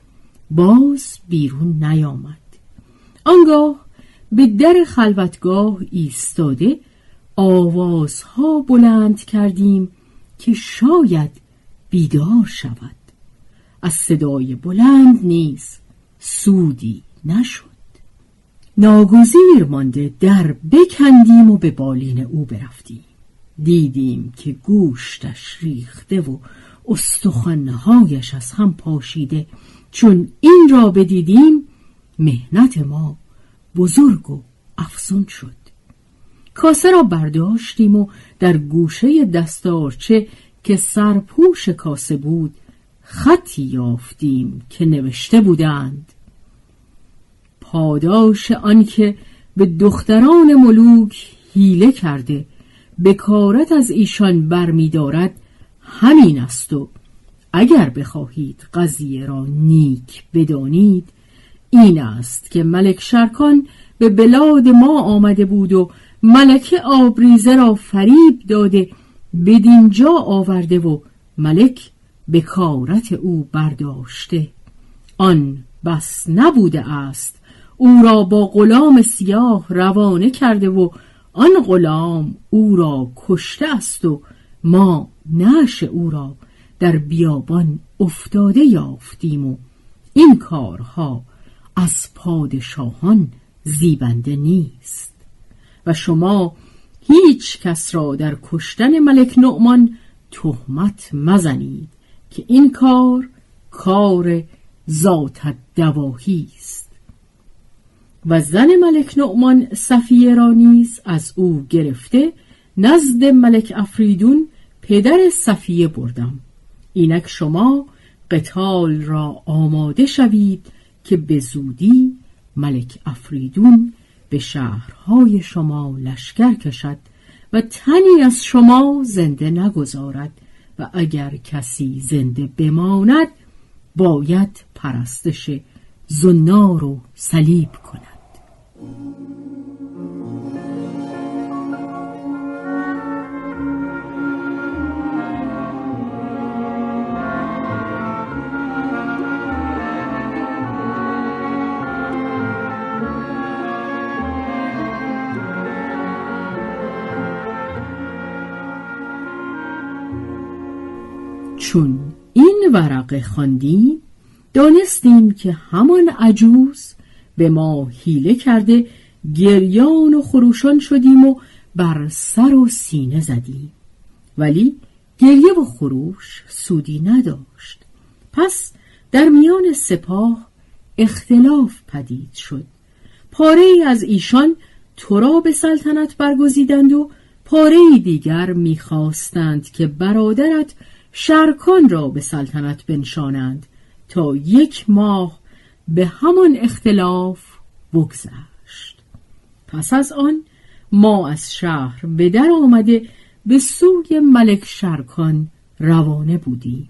باز بیرون نیامد. آنگاه به در خلوتگاه ایستاده آوازها بلند کردیم که شاید بیدار شود. از صدای بلند نیز سودی نشد. ناگزیر مانده در بکندیم و به بالین او برفتیم. دیدیم که گوشتش ریخته و استخوان‌هایش از هم پاشیده. چون این را بدیدیم مهنت ما بزرگ و افزون شد. کاسه را برداشتیم و در گوشه دستارچه که سرپوش کاسه بود خطی یافتیم که نوشته بودند پاداش آنکه به دختران ملوک حیله کرده بکارت از ایشان برمی‌دارد همین است و اگر بخواهید قضیه را نیک بدانید این است که ملک شرکان به بلاد ما آمده بود و ملکه آبریزه را فریب داده بدینجا آورده و ملک بکارت او برداشته. آن بس نبوده است او را با غلام سیاه روانه کرده و آن غلام او را کشته است و ما نعش او را در بیابان افتاده یافتیم و این کارها از پادشاهان زیبنده نیست و شما هیچ کس را در کشتن ملک نعمان تهمت مزنید که این کار کار ذات دواهی است. و زن ملک نعمان صفیه را نیز از او گرفته نزد ملک افریدون پدر صفیه بردم. اینک شما قتال را آماده شوید که به زودی ملک افریدون به شهرهای شما لشکر کشد و تنی از شما زنده نگذارد و اگر کسی زنده بماند باید پرستش زنار و صلیب کند. چون این ورقه خواندیم دانستیم که همان عجوز به ما حیله کرده گریان و خروشان شدیم و بر سر و سینه زدیم، ولی گریه و خروش سودی نداشت. پس در میان سپاه اختلاف پدید شد. پاره ای از ایشان تو را به سلطنت برگزیدند و پاره ای دیگر می‌خواستند که برادرت شرکان را به سلطنت بنشانند تا 1 ماه به همان اختلاف بگذشت. پس از آن ما از شهر به در آمده به سوی ملک شرکان روانه بودیم.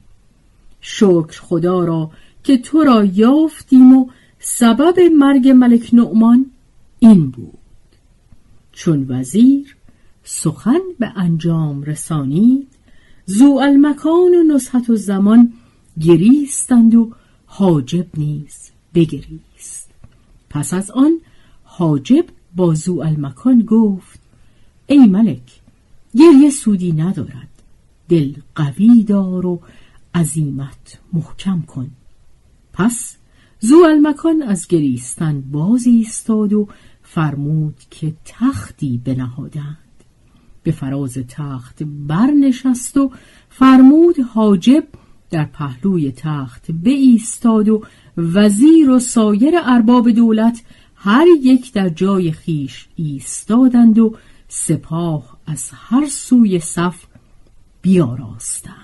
شکر خدا را که تو را یافتیم و سبب مرگ ملک نعمان این بود. چون وزیر سخن به انجام رسانید ذوالمکان و نزهت الزمان گریستند و حاجب نیز بگریست. پس از آن حاجب با ذوالمکان گفت ای ملک، گریه سودی ندارد، دل قوی دار و عزیمت محکم کن. پس ذوالمکان از گریستن باز ایستاد و فرمود که تختی بنهادند. به فراز تخت برنشست و فرمود حاجب در پهلوی تخت بایستاد و وزیر و سایر ارباب دولت هر یک در جای خیش ایستادند و سپاه از هر سوی صف بیاراستند.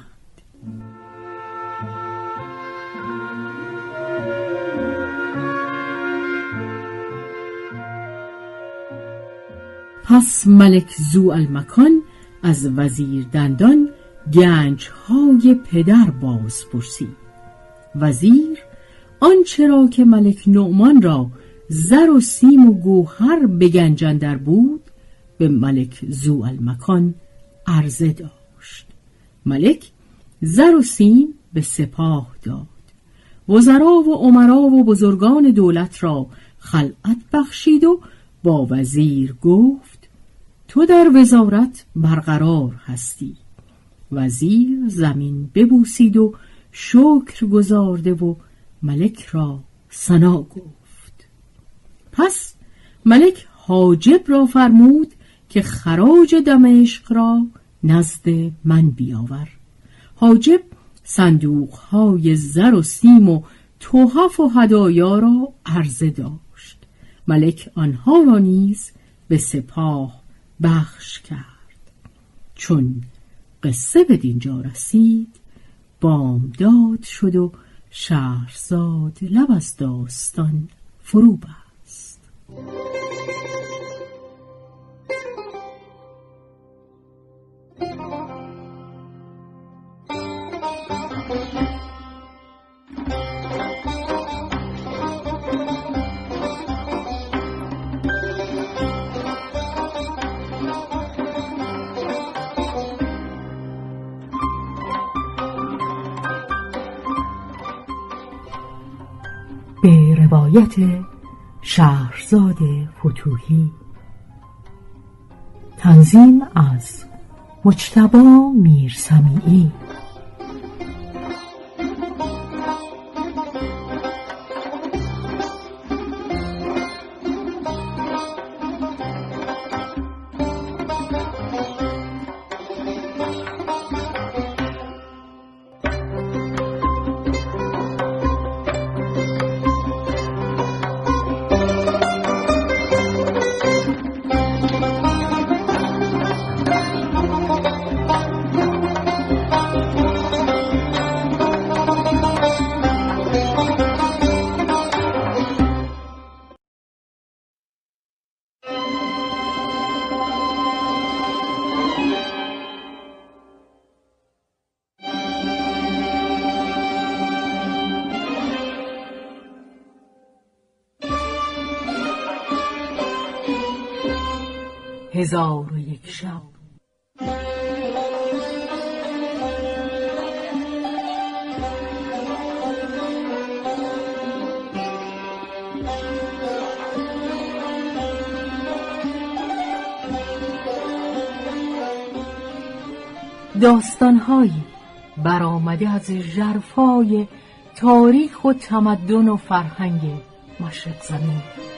پس ملک ذوالمکان از وزیر دندان گنج‌های پدر باز پرسید. وزیر آنچه را که ملک نعمان را زر و سیم و گوهر به گنج اندر بود به ملک ذوالمکان عرضه داشت. ملک زر و سیم به سپاه داد. وزرا و امرا و بزرگان دولت را خلعت بخشید و با وزیر گفت تو در وزارت برقرار هستی. وزیر زمین ببوسید و شکر گزارده و ملک را ثنا گفت. پس ملک حاجب را فرمود که خراج دمشق را نزد من بیاور. حاجب صندوقهای زر و سیم و تحف و هدایا را عرضه داشت. ملک آنها را نیز به سپاه بخش کرد. چون قصه به دینجا رسید بامداد شد و شهرزاد لب از داستان فرو بست. به روایت شهرزاد فتوحی. تنظیم از مجتبی میرسمیعی. 1001 شب. داستان‌هایی برآمده از ژرفای تاریخ و تمدن و فرهنگ مشرق زمین.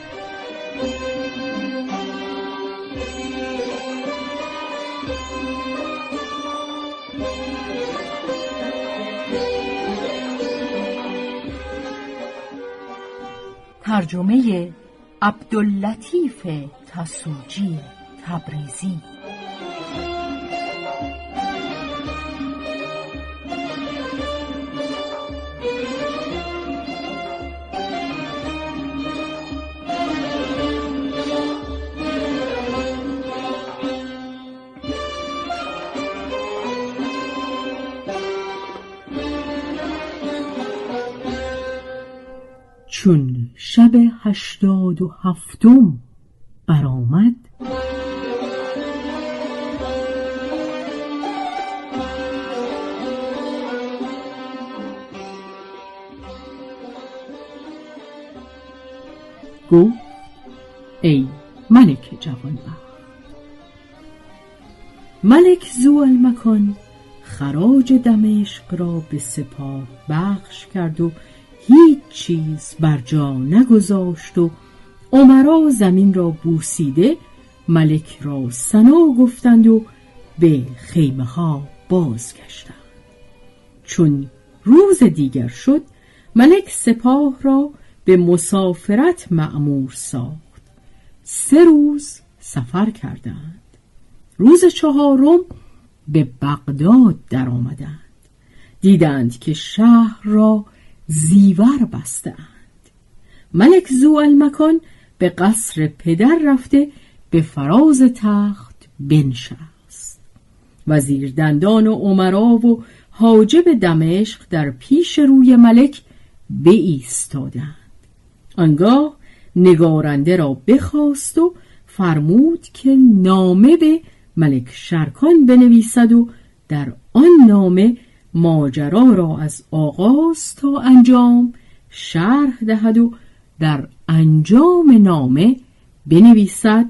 ترجمه عبداللطیف تسوجی تبریزی. چون شب 87 برآمد، گفت ای ملک جوانبخت، ملک ذوالمکان خراج دمشق را به سپاه بخش کرد و هیچ چیز بر جا نگذاشت و امرا زمین را بوسیده ملک را ثنا گفتند و به خیمه ها بازگشتند. چون روز دیگر شد، ملک سپاه را به مسافرت مأمور ساخت. 3 روز سفر کردند. روز 4 به بغداد در آمدند. دیدند که شهر را زیور بستند. ملک ذوالمکان به قصر پدر رفته به فراز تخت بنشست. وزیر دندان و امرا و حاجب دمشق در پیش روی ملک بایستادند. آنگاه نگارنده را بخواست و فرمود که نامه به ملک شرکان بنویسد و در آن نامه ماجرا را از آغاز تا انجام شرح دهد و در انجام نامه بنویسد: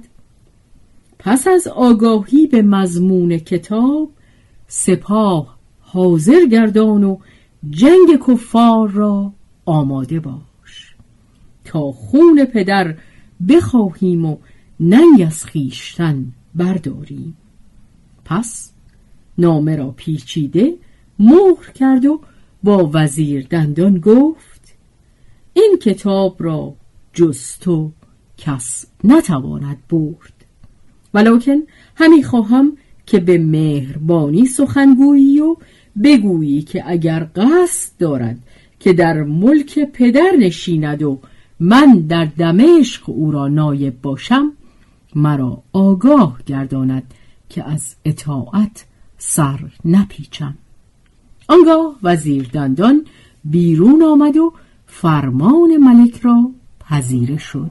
پس از آگاهی به مضمون کتاب، سپاه حاضر گردان و جنگ کفار را آماده باش تا خون پدر بخواهیم و ننگ از خویشتن برداریم. پس نامه را پیچیده مهر کرد و با وزیر دندان گفت: این کتاب را جز تو کس نتواند برد، ولکن همی خواهم که به مهربانی سخنگویی و بگویی که اگر قصد دارد که در ملک پدر نشیند و من در دمشق او را نایب باشم، مرا آگاه گرداند که از اطاعت سر نپیچم. آنگاه وزیر دندان بیرون آمد و فرمان ملک را پذیره شد.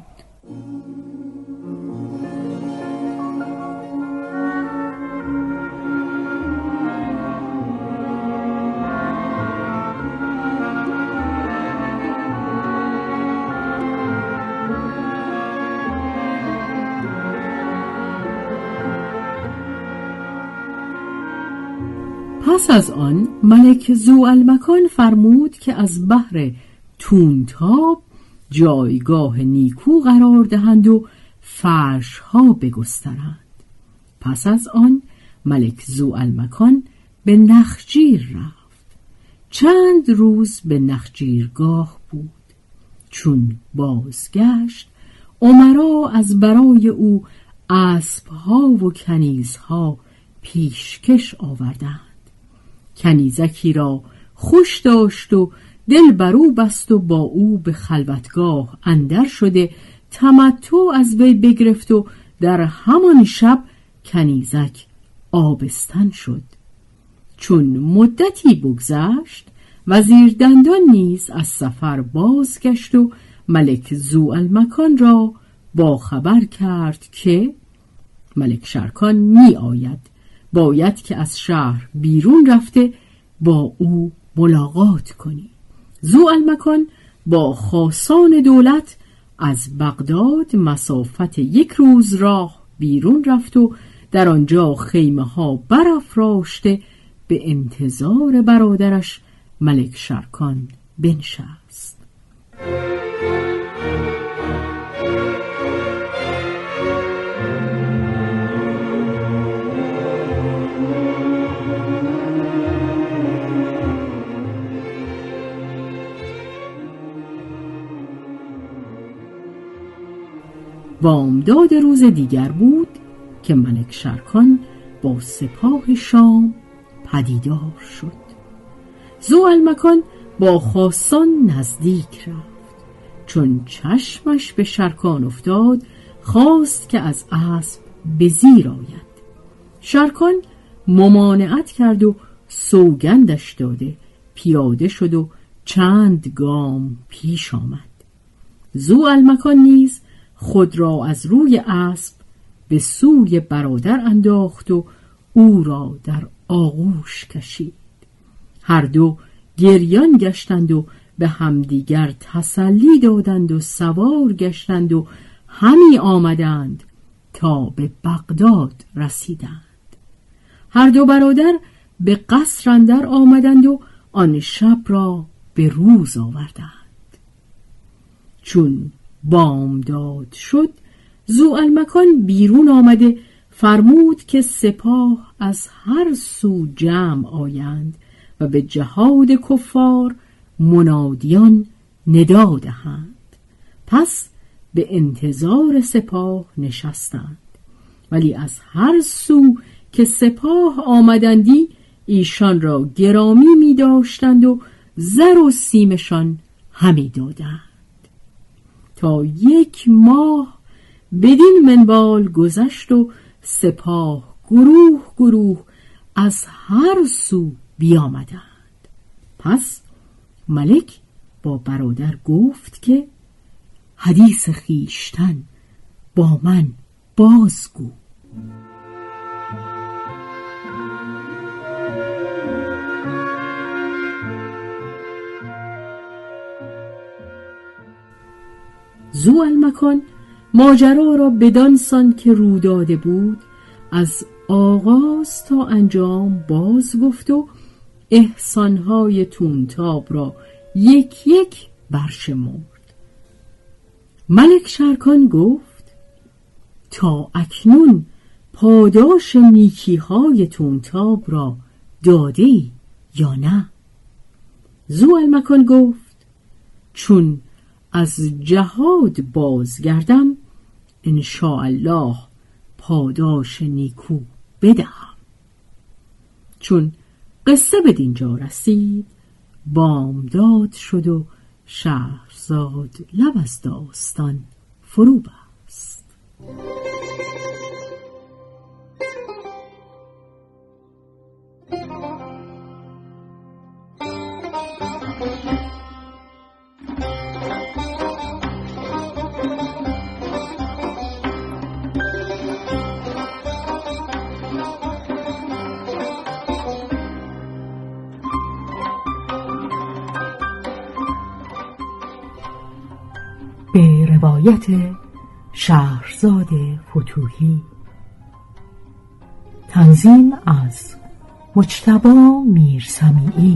پس از آن ملک ذوالمکان فرمود که از بحر تونتاب جایگاه نیکو قرار دهند و فرش ها بگسترند. پس از آن ملک ذوالمکان به نخجیر رفت. چند روز به نخجیرگاه بود. چون بازگشت، امرا از برای او اسبها و کنیزها پیشکش آوردند. کنیزکی را خوش داشت و دل برو بست و با او به خلوتگاه اندر شده تمتع از وی بگرفت و در همان شب کنیزک آبستن شد. چون مدتی بگذشت، وزیر دندان نیز از سفر بازگشت و ملک ذوالمکان را با خبر کرد که ملک شرکان می آید، باید که از شهر بیرون رفته با او ملاقات کنی. ذوالمکان با خاصان دولت از بغداد مسافت 1 روز راه بیرون رفت و در آنجا خیمه ها برافراشته به انتظار برادرش ملک شرکان بنشست. بامداد روز دیگر بود که ملک شرکان با سپاه شام پدیدار شد. ذوالمکان با خاصان نزدیک رفت. چون چشمش به شرکان افتاد خواست که از اسب به زیر آید. شرکان ممانعت کرد و سوگندش داده پیاده شد و چند گام پیش آمد. ذوالمکان نیز خود را از روی اسب به سوی برادر انداخت و او را در آغوش کشید. هر دو گریان گشتند و به همدیگر تسلی دادند و سوار گشتند و همی آمدند تا به بغداد رسیدند. هر دو برادر به قصر اندر آمدند و آن شب را به روز آوردند. چون بامداد شد ذوالمکان بیرون آمده فرمود که سپاه از هر سو جمع آیند و به جهاد کفار منادیان ندا دهند. پس به انتظار سپاه نشستند، ولی از هر سو که سپاه آمدندی ایشان را گرامی می داشتند و زر و سیمشان همی دادند. تا 1 ماه بدین منوال گذشت و سپاه گروه گروه از هر سو بیامدند. پس ملک با برادر گفت که حدیث خویشتن با من بازگو. ذوالمکان ماجرا را بدان سان که رو داده بود از آغاز تا انجام باز گفت و احسانهای طونتاب را 1 1 برشمرد. ملک شرکان گفت تا اکنون پاداش نیکیهای طونتاب را داده ای یا نه؟ ذوالمکان گفت چون از جهاد بازگردم انشاءالله پاداش نیکو بدهم. چون قصه به دینجا رسید بامداد شد و شهرزاد لب از داستان فرو بست. به روایت شهرزاد فتوحی. تنظیم از مجتبی میرسمیعی.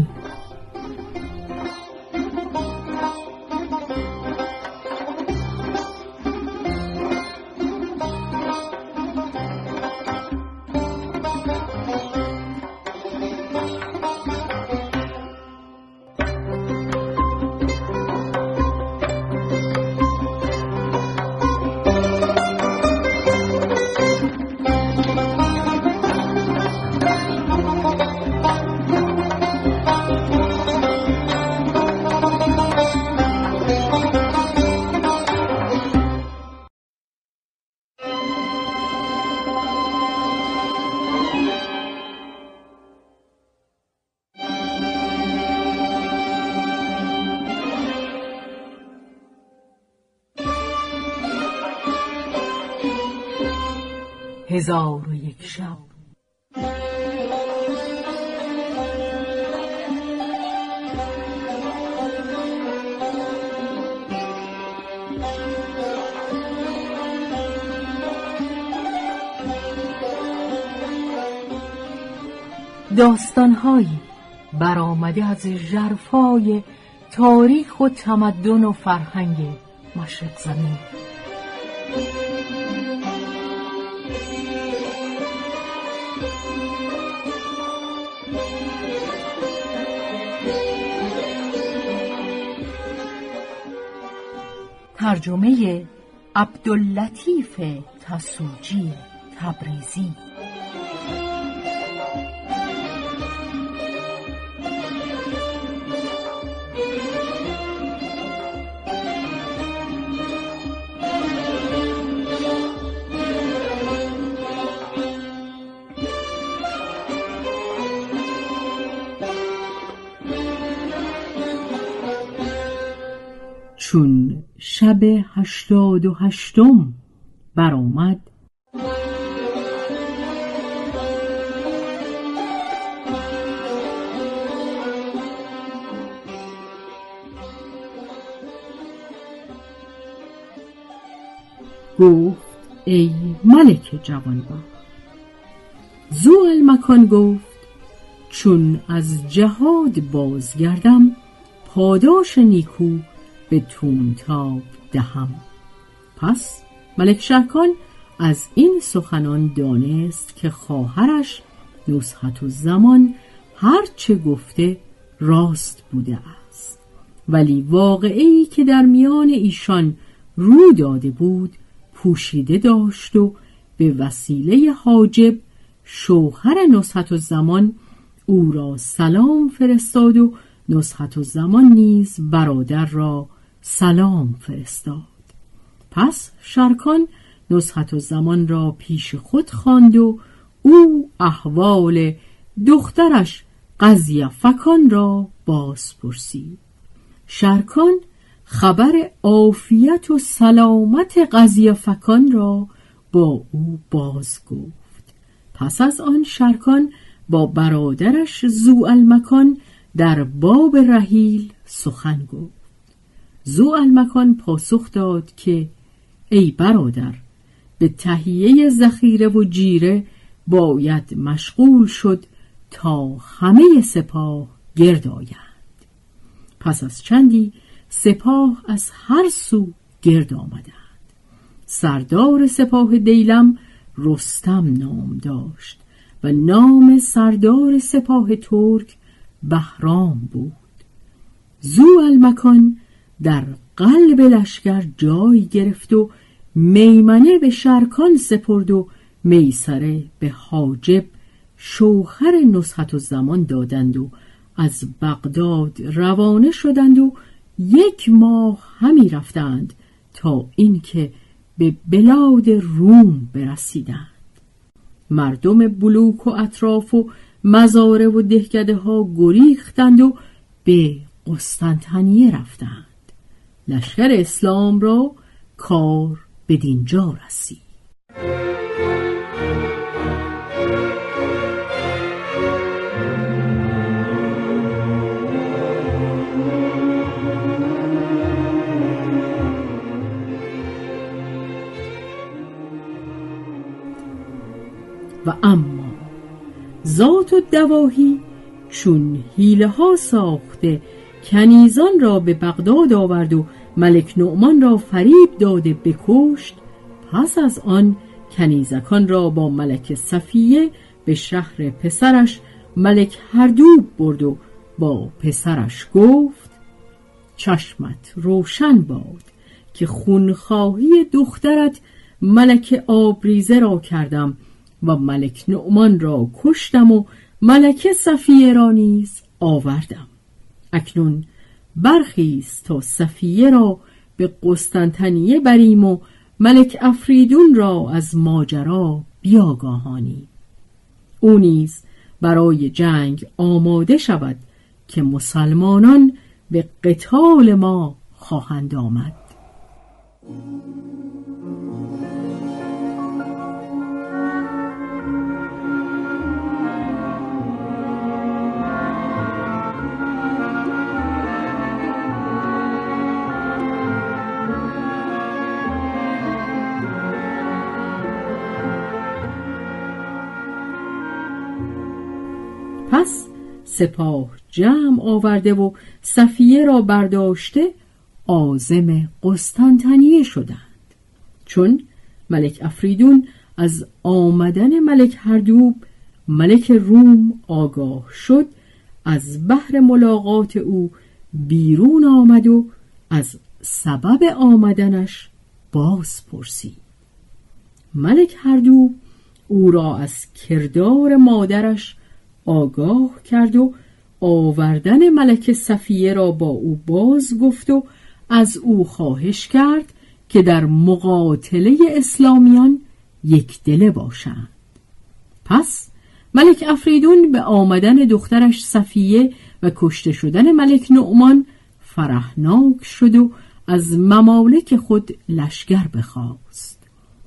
1001 شب. داستان‌هایی برآمده از ژرفای تاریخ و تمدن و فرهنگ مشرق زمین. ترجمه عبداللطیف تسوجی تبریزی. چون شب 88 برآمد، گفت ای ملک جوانبخت. ذوالمکان گفت چون از جهاد بازگردم پاداش نیکو به طومتاب دهم. پس ملک شرکان از این سخنان دانست که خواهرش نصحةالزمان هر چه گفته راست بوده است، ولی واقعه‌ای که در میان ایشان رو داده بود پوشیده داشت و به وسیله حاجب شوهر نصحةالزمان او را سلام فرستاد و نصحةالزمان نیز برادر را سلام فرستاد. پس شرکان نصحةالزمان را پیش خود خواند و او احوال دخترش قضیفکان را باز پرسید. شرکان خبر عافیت و سلامت قضیفکان را با او باز گفت. پس از آن شرکان با برادرش ذوالمکان در باب رحیل سخن گفت. ذوالمکان پاسخ داد که ای برادر، به تهیه ذخیره و جیره باید مشغول شد تا همه سپاه گرد آیند. پس از چندی سپاه از هر سو گرد آمدند. سردار سپاه دیلم رستم نام داشت و نام سردار سپاه ترک بهرام بود. ذوالمکان در قلب لشکر جای گرفت و میمنه به شرکان سپرد و میسره به حاجب شوهر نصحةالزمان دادند و از بغداد روانه شدند و 1 ماه همی رفتند تا اینکه به بلاد روم برسیدند. مردم بلوک و اطراف و مزارع و دهکده ها گریختند و به قسطنطنیه رفتند. لشکر اسلام را کار بدین جا رسید. و اما ذات و دواهی چون حیله ها ساخته کنیزان را به بغداد آورد و ملک نعمان را فریب داده بکشت، پس از آن کنیزکان را با ملک صفیه به شهر پسرش ملک هردوب برد و با پسرش گفت چشمت روشن باد که خونخواهی دخترت ملک آبریزه را کردم و ملک نعمان را کشتم و ملک صفیه را نیز آوردم. اکنون برخیز تا صفیه را به قسطنطنیه بریم و ملک افریدون را از ماجرا بیاگاهانی. او نیز برای جنگ آماده شود که مسلمانان به قتال ما خواهند آمد. پس سپاه جمع آورده و صفیه را برداشته عازم قسطنطنیه شدند. چون ملک افریدون از آمدن ملک هردوب ملک روم آگاه شد، از بحر ملاقات او بیرون آمد و از سبب آمدنش باز پرسید. ملک هردوب او را از کردار مادرش آگاه کرد و آوردن ملک صفیه را با او باز گفت و از او خواهش کرد که در مقاتله اسلامیان یک دله باشند. پس ملک افریدون به آمدن دخترش صفیه و کشته شدن ملک نعمان فرحناک شد و از ممالک خود لشکر بخواست.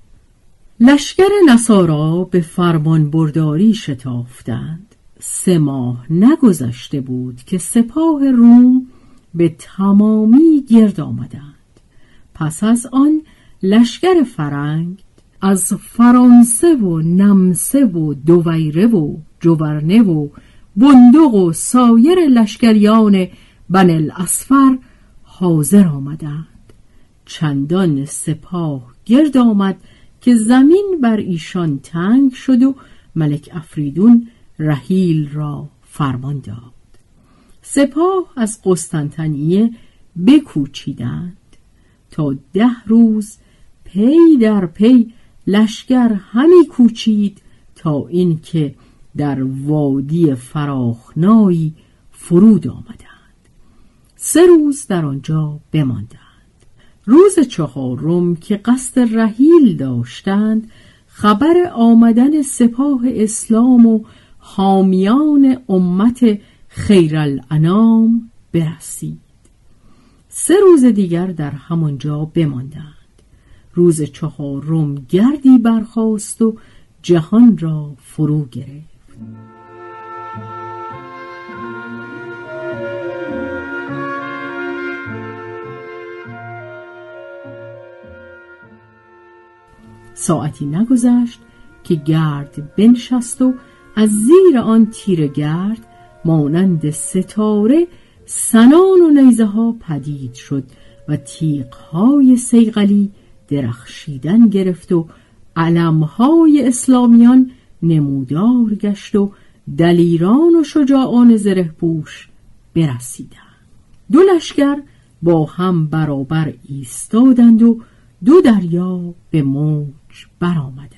لشکر نصارا به فرمان برداری شتافتند. 3 ماه نگذشته بود که سپاه روم به تمامی گرد آمدند. پس از آن لشکر فرنگ از فرانسه و نمسه و دویره و جوورنه و بندق و سایر لشکریان بن الاصفر حاضر آمدند. چندان سپاه گرد آمد که زمین بر ایشان تنگ شد و ملک افریدون رحیل را فرمان داد. سپاه از قسطنطنیه بکوچیدند. تا 10 روز پی در پی لشکر همی کوچید تا اینکه در وادی فراخنایی فرود آمدند. 3 روز در آنجا بماندند. روز 4 که قصد رحیل داشتند، خبر آمدن سپاه اسلام و حامیان امت خیرالانام برسید. 3 روز دیگر در همانجا بماندند. روز 4 گردی برخاست و جهان را فرو گرفت. ساعتی نگذشت که گرد بنشست و از زیر آن تیر گرد مانند ستاره سنان و نیزه ها پدید شد و تیغ‌های صیقلی درخشیدن گرفت و علم‌های اسلامیان نمودار گشت و دلیران و شجاعان زره‌پوش برسیدند. 2 لشکر با هم برابر ایستادند و 2 دریا به موج برآمدند.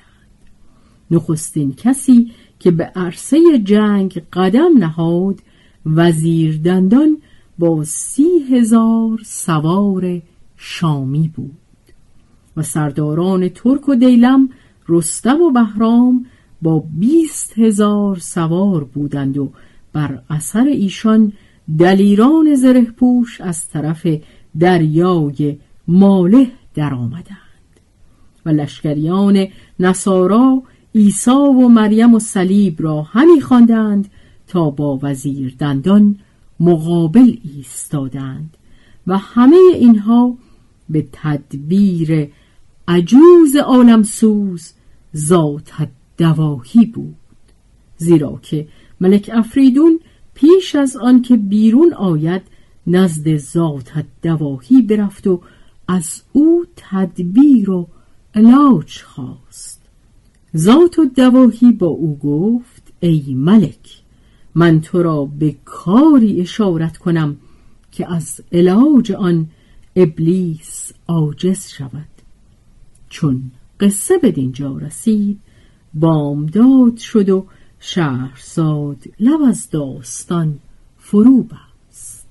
نخستین کسی که به عرصه جنگ قدم نهاد وزیر دندان با 30,000 سوار شامی بود و سرداران ترک و دیلم رستم و بهرام با 20,000 سوار بودند و بر اثر ایشان دلیران زره‌پوش از طرف دریای مالح در آمدند و لشکریان نصارا عیسی و مریم و صلیب را همی خواندند تا با وزیر دندان مقابل ایستادند و همه اینها به تدبیر عجوز عالمسوز ذات الدواهی بود، زیرا که ملک افریدون پیش از آن که بیرون آید نزد ذات الدواهی برفت و از او تدبیر و علاج خواست. ذات الدواهی با او گفت: ای ملک، من تو را به کاری اشارت کنم که از علاج آن ابلیس عاجز شود. چون قصه به دینجا رسید بامداد شد و شهرزاد لب از داستان فرو بست.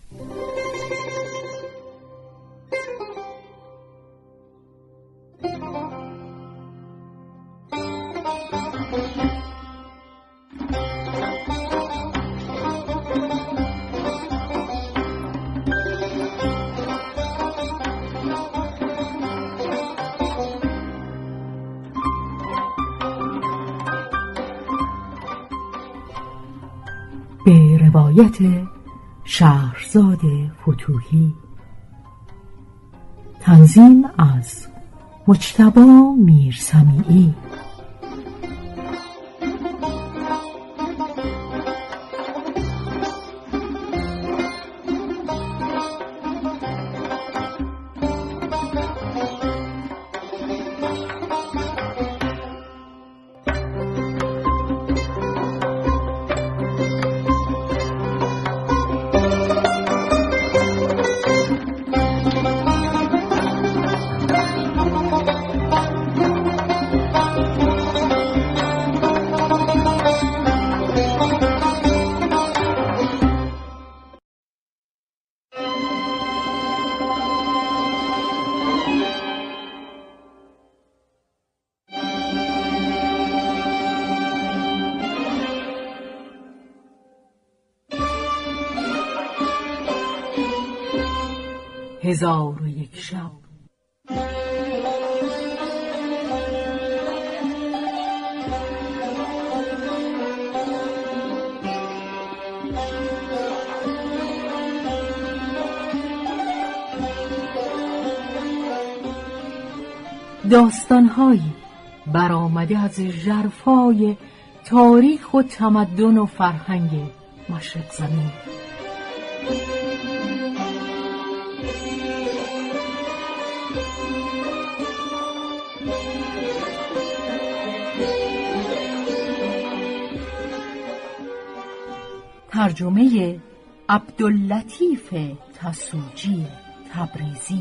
به روایت شهرزاد فتوحی. تنظیم از مجتبی میرسمیعی. 1001 شب. داستان‌هایی برآمده از ژرفای تاریخ و تمدن و فرهنگ مشرق زمین. ترجمه عبداللطیف تسوجی تبریزی.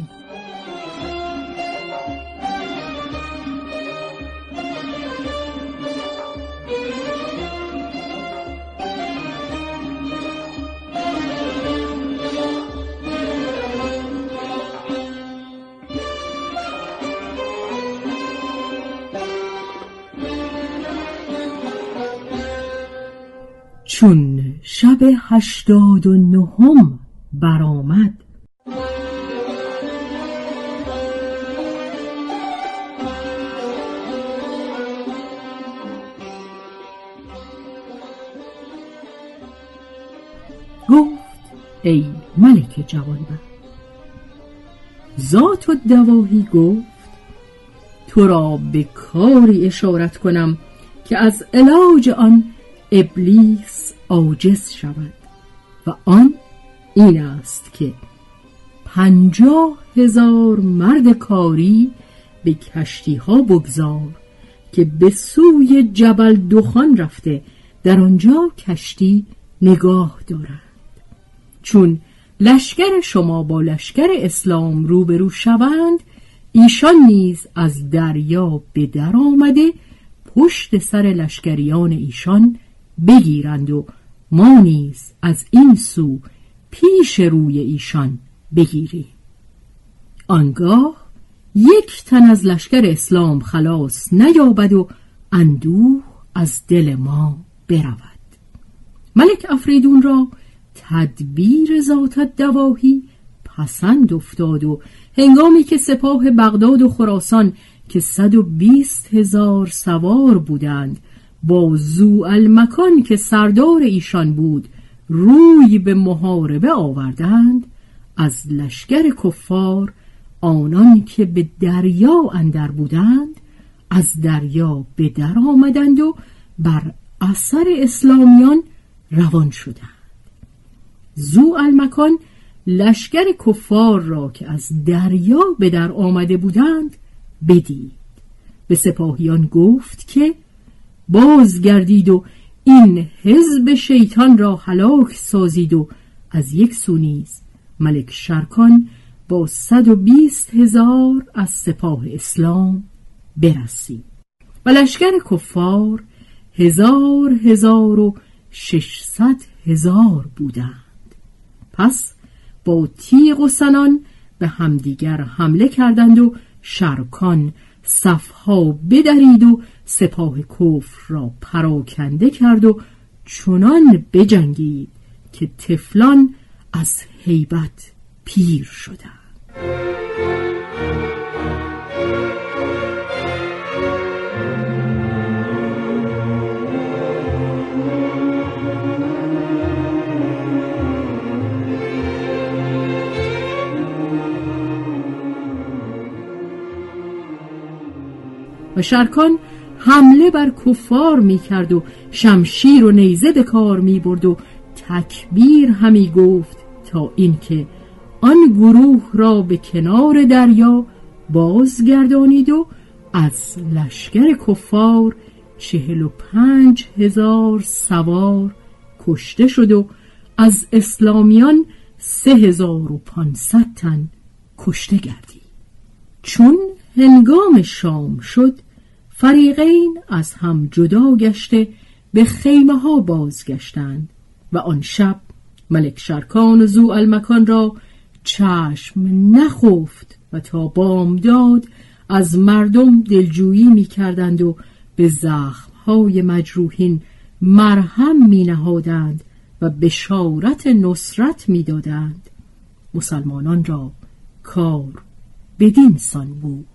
چون شب 89 برآمد، گفت ای ملک جوانبخت، ذات الدواهی گفت تو را به کاری اشارت کنم که از علاج آن ابلیس عاجز شود و آن این است که 50,000 مرد کاری به کشتی ها بگذار که به سوی جبل دخان رفته در آنجا کشتی نگاه دارند. چون لشکر شما با لشکر اسلام روبرو شوند، ایشان نیز از دریا به در آمده پشت سر لشکریان ایشان بگیرند و ما نیز از این سو پیش روی ایشان بگیریم. آنگاه یک تن از لشکر اسلام خلاص نیابد و اندوه از دل ما برود. ملک افریدون را تدبیر ذات الدواهی پسند افتاد و هنگامی که سپاه بغداد و خراسان که 120,000 سوار بودند با ذوالمکان که سردار ایشان بود روی به محاربه آوردند، از لشکر کفار آنان که به دریا اندر بودند از دریا به در آمدند و بر اثر اسلامیان روان شدند. ذوالمکان لشکر کفار را که از دریا به در آمده بودند بدید، به سپاهیان گفت که بازگردید و این حزب شیطان را هلاک سازید و از یک سو نیز ملک شرکان با 120,000 از سپاه اسلام برسید و لشکر کفار 1,600,000 بودند. پس با تیغ و سنان به همدیگر حمله کردند و شرکان صفها بدرید و سپاه کفر را پراکنده کرد و چنان بجنگید که طفلان از هیبت پیر شدند. و شرکان حمله بر کفار می کرد و شمشیر و نیزه به کار می برد و تکبیر همی گفت تا اینکه آن گروه را به کنار دریا بازگردانید و از لشکر کفار 45,000 سوار کشته شد و از اسلامیان 3,500 تن کشته گردید. چون هنگام شام شد، فریقین از هم جدا گشته به خیمه ها بازگشتند و آن شب ملک شرکان و ذوالمکان را چشم نخفت و تا بامداد از مردم دلجویی می کردند و به زخمهای مجروحین مرهم می نهادند و بشارت نصرت می دادند. مسلمانان را کار بدین سان بود.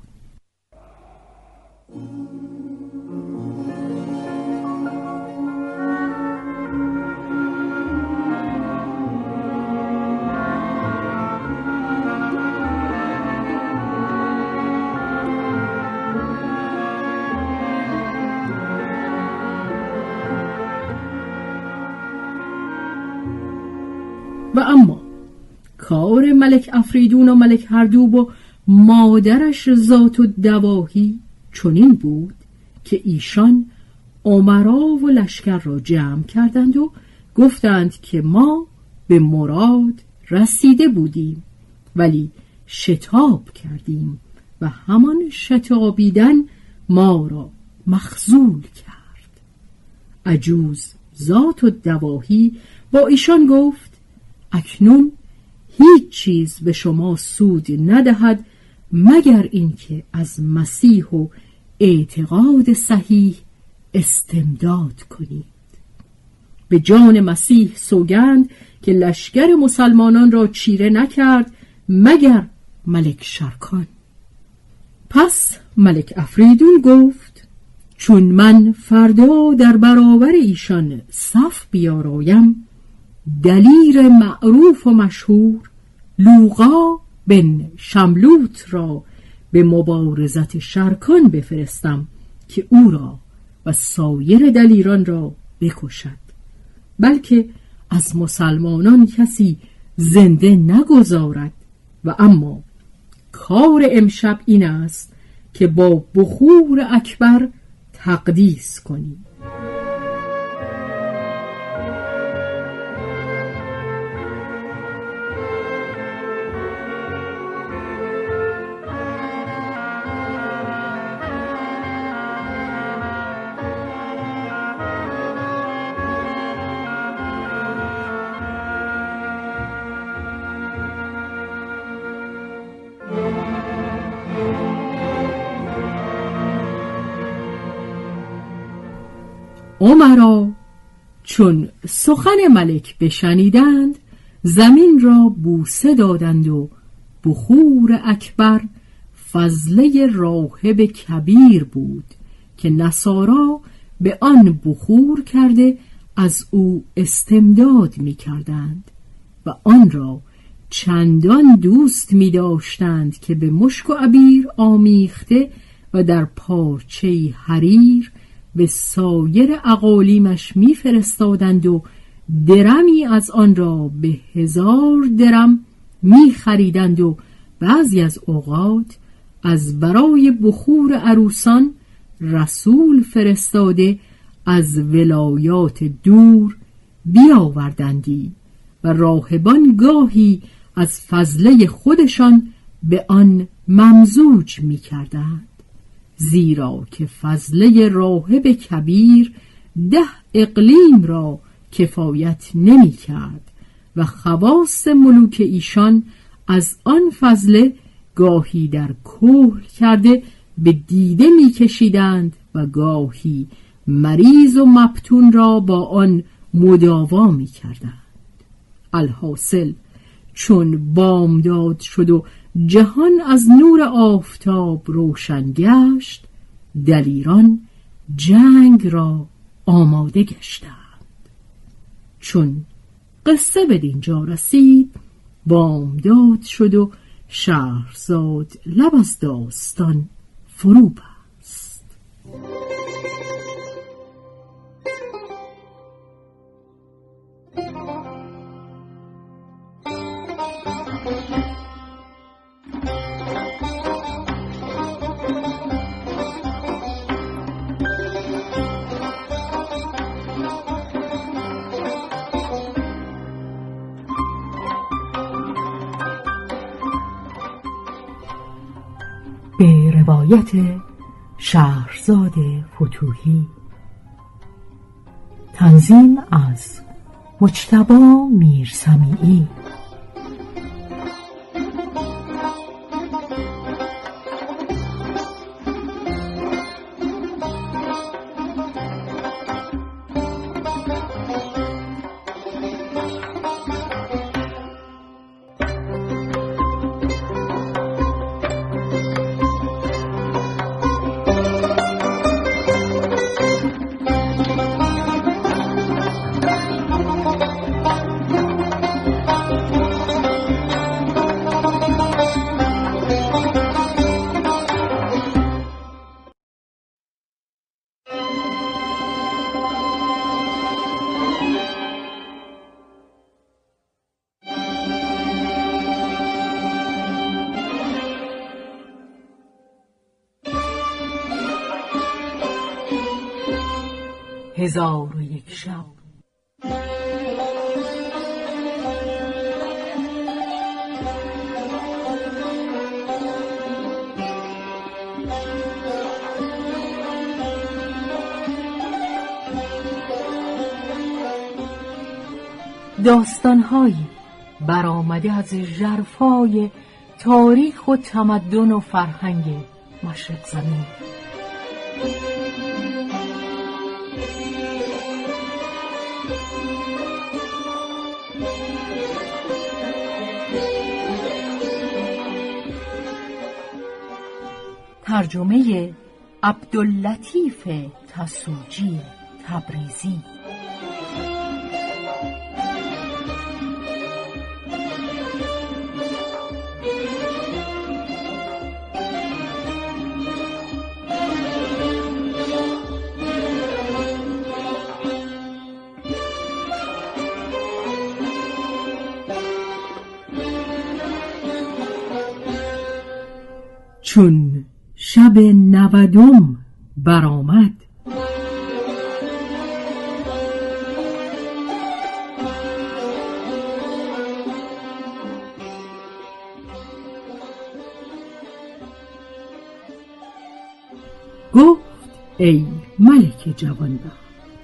و اما کار ملک افریدون و ملک هردوب و مادرش ذات الدواهی چنین بود که ایشان امرا و لشکر را جمع کردند و گفتند که ما به مراد رسیده بودیم، ولی شتاب کردیم و همان شتابیدن ما را مخذول کرد. عجوز ذات الدواهی با ایشان گفت اکنون هیچ چیز به شما سود ندهد مگر اینکه از مسیح و اعتقاد صحیح استمداد کنید. به جان مسیح سوگند که لشکر مسلمانان را چیره نکرد مگر ملک شرکان. پس ملک افریدون گفت چون من فردا در برابر ایشان صف بیارایم، دلیر معروف و مشهور لوقا بن شملوت را به مبارزت شرکان بفرستم که او را و سایر دلیران را بکشد، بلکه از مسلمانان کسی زنده نگذارد. و اما کار امشب این است که با بخور اکبر تقدیس کنیم. امرا چون سخن ملک بشنیدند زمین را بوسه دادند و بخور اکبر فضله راهب کبیر بود که نصارا به آن بخور کرده از او استمداد می کردند و آن را چندان دوست می داشتند که به مشک و عبیر آمیخته و در پارچه حریر به سایر اقالیمش می فرستادند و درمی از آن را به 1000 درم می خریدند و بعضی از اوقات از برای بخور عروسان رسول فرستاده از ولایات دور بیاوردندی و راهبان گاهی از فضله خودشان به آن ممزوج می کردند، زیرا که فضله راهب کبیر 10 اقلیم را کفایت نمی کرد و خواص ملوک ایشان از آن فضله گاهی در کحل کرده به دیده می کشیدند و گاهی مریض و مبتون را با آن مداوا می کردند. الحاصل چون بامداد شد و جهان از نور آفتاب روشن گشت، دلیران جنگ را آماده گشتند. چون قصه به دینجا رسید، بامداد شد و شهرزاد لب از داستان فرو بست. به روایت شهرزاد فتوحی. تنظیم از مجتبی میرسمیعی. 1001 شب. داستان‌هایی برآمده از ژرفای تاریخ و تمدن و فرهنگ مشرق زمین. ترجمه عبداللطیف تسوجی تبریزی. چون شب 90 برآمد، گفت ای ملک جوانبخت،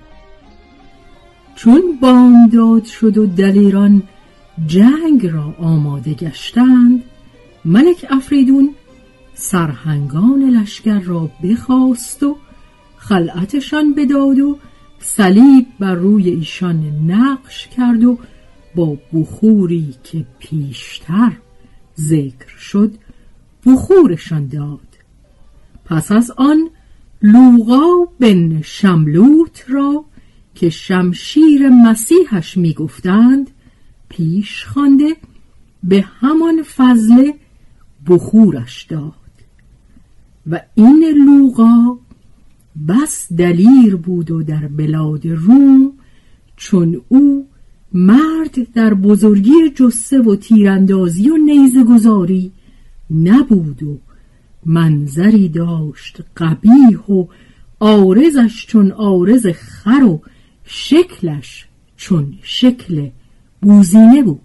چون بامداد شد و دلیران جنگ را آماده گشتند، ملک افریدون سرهنگان لشکر را بخواست و خلعتشان بداد و صلیب بر روی ایشان نقش کرد و با بخوری که پیشتر ذکر شد بخورشان داد. پس از آن لوقا بن شملوت را که شمشیر مسیحش می گفتند پیش خوانده به همان فضل بخورش داد. و این لوقا بس دلیر بود و در بلاد روم، چون او مرد در بزرگی جثه و تیراندازی و نیزه گذاری نبود و منظری داشت قبیح و عارضش چون عارض خر و شکلش چون شکل بوزینه بود.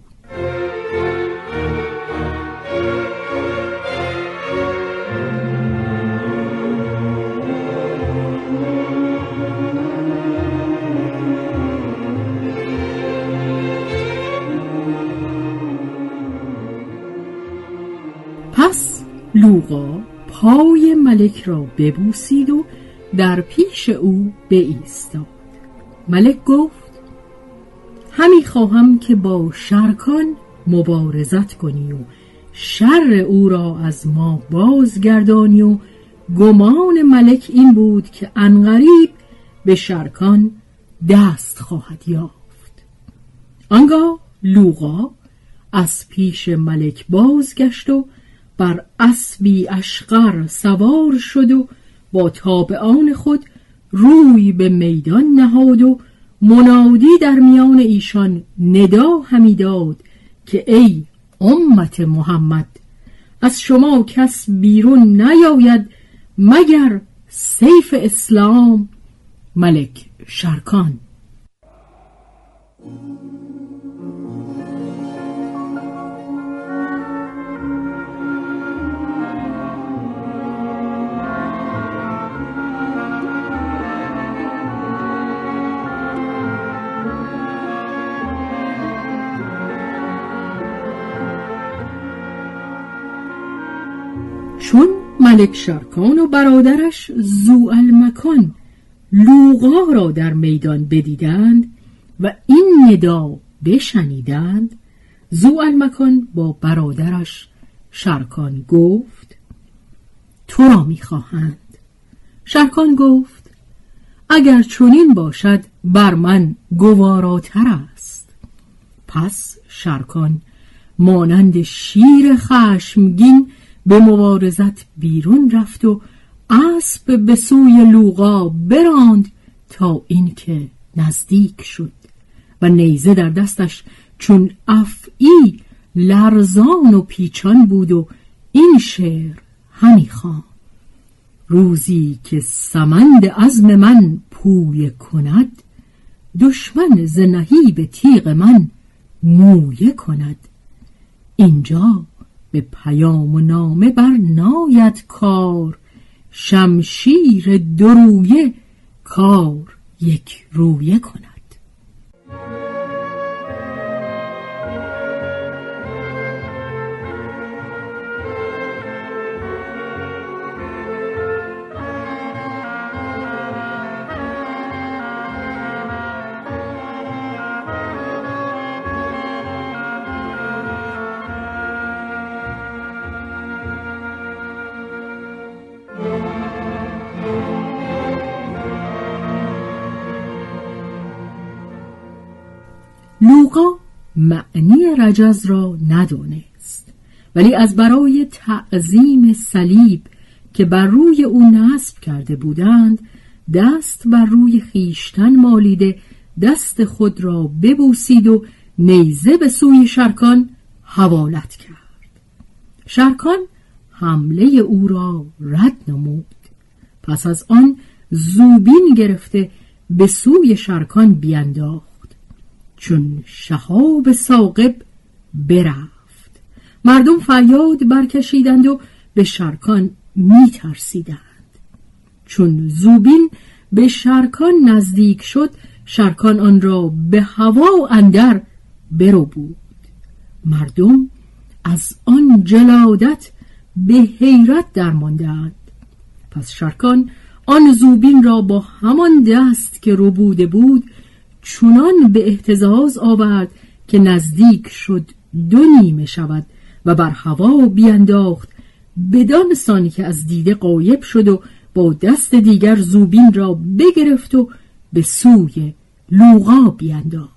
پس لوقا پای ملک را ببوسید و در پیش او بایستاد. ملک گفت همی خواهم که با شرکان مبارزت کنی و شر او را از ما بازگردانی و گمان ملک این بود که عنقریب به شرکان دست خواهد یافت. آنگاه لوقا از پیش ملک بازگشت و بر اسبی اشقر سوار شد و با تابعان خود روی به میدان نهاد و منادی در میان ایشان ندا همی داد که ای امت محمد، از شما کس بیرون نیاید مگر سیف اسلام ملک شرکان. چون ملک شرکان و برادرش ذوالمکان لوقا را در میدان بدیدند و این ندا بشنیدند، ذوالمکان با برادرش شرکان گفت تو را می‌خواهند. شرکان گفت اگر چنین باشد بر من گواراتر است. پس شرکان مانند شیر خشمگین به مبارزت بیرون رفت و اسب به سوی لوقا براند تا اینکه نزدیک شد و نیزه در دستش چون افعی لرزان و پیچان بود و این شعر همی خواند: روزی که سمند عزم من پویه کند، دشمن ز نهیب تیغ من مویه کند. اینجا به پیام و نامه بر ناید کار، شمشیر درویه کار یک رویه کند. لوقا معنی رجز را ندانست، ولی از برای تعظیم صلیب که بر روی او نصب کرده بودند دست بر روی خیشتن مالیده دست خود را ببوسید و نیزه به سوی شرکان حوالت کرد. شرکان حمله او را رد نمود. پس از آن زوبین گرفته به سوی شرکان بینداخت. چون شهاب ثاقب برفت، مردم فریاد برکشیدند و به شرکان می ترسیدند. چون زوبین به شرکان نزدیک شد، شرکان آن را به هوا اندر برو بود. مردم از آن جلادت به حیرت درماندند. پس شرکان آن زوبین را با همان دست که ربوده بود چنان به اهتزاز آورد که نزدیک شد 2 نیمه شود و بر هوا بینداخت، بدان سانی که از دیده غایب شد و با دست دیگر زوبین را بگرفت و به سوی لوقا بینداخت.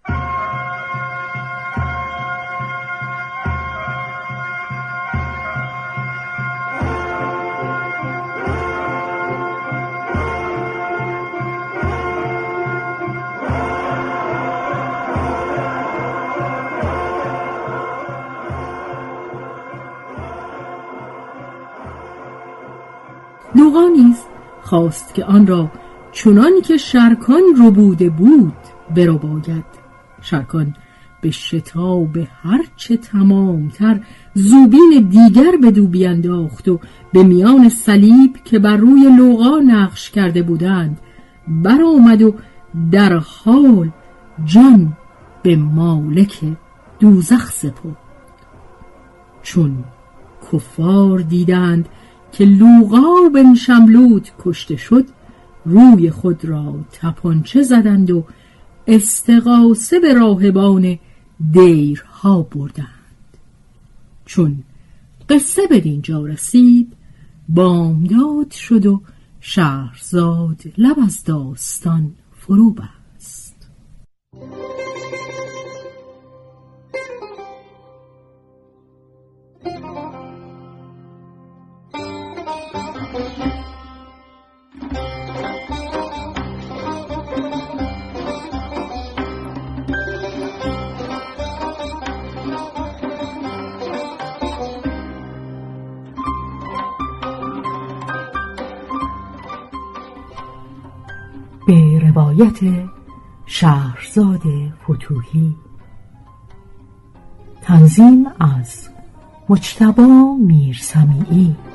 لوقا نیز خواست که آن را چنان که شرکان ربوده بود برو باید. شرکان به شتاب هرچه تمامتر زوبین دیگر بدو بینداخت و به میان صلیب که بر روی لوقا نقش کرده بودند برآمد و در حال جان به مالک دوزخ سپرد. چون کفار دیدند که لوقا بن شملوت کشته شد، روی خود را تپانچه زدند و استغاثه به راهبان دیرها بردند. چون قصه به دینجا رسید، بامداد شد و شهرزاد لب از داستان فرو بست. به روایت شهرزاد فتوحی. تنظیم از مجتبی میرسمیعی.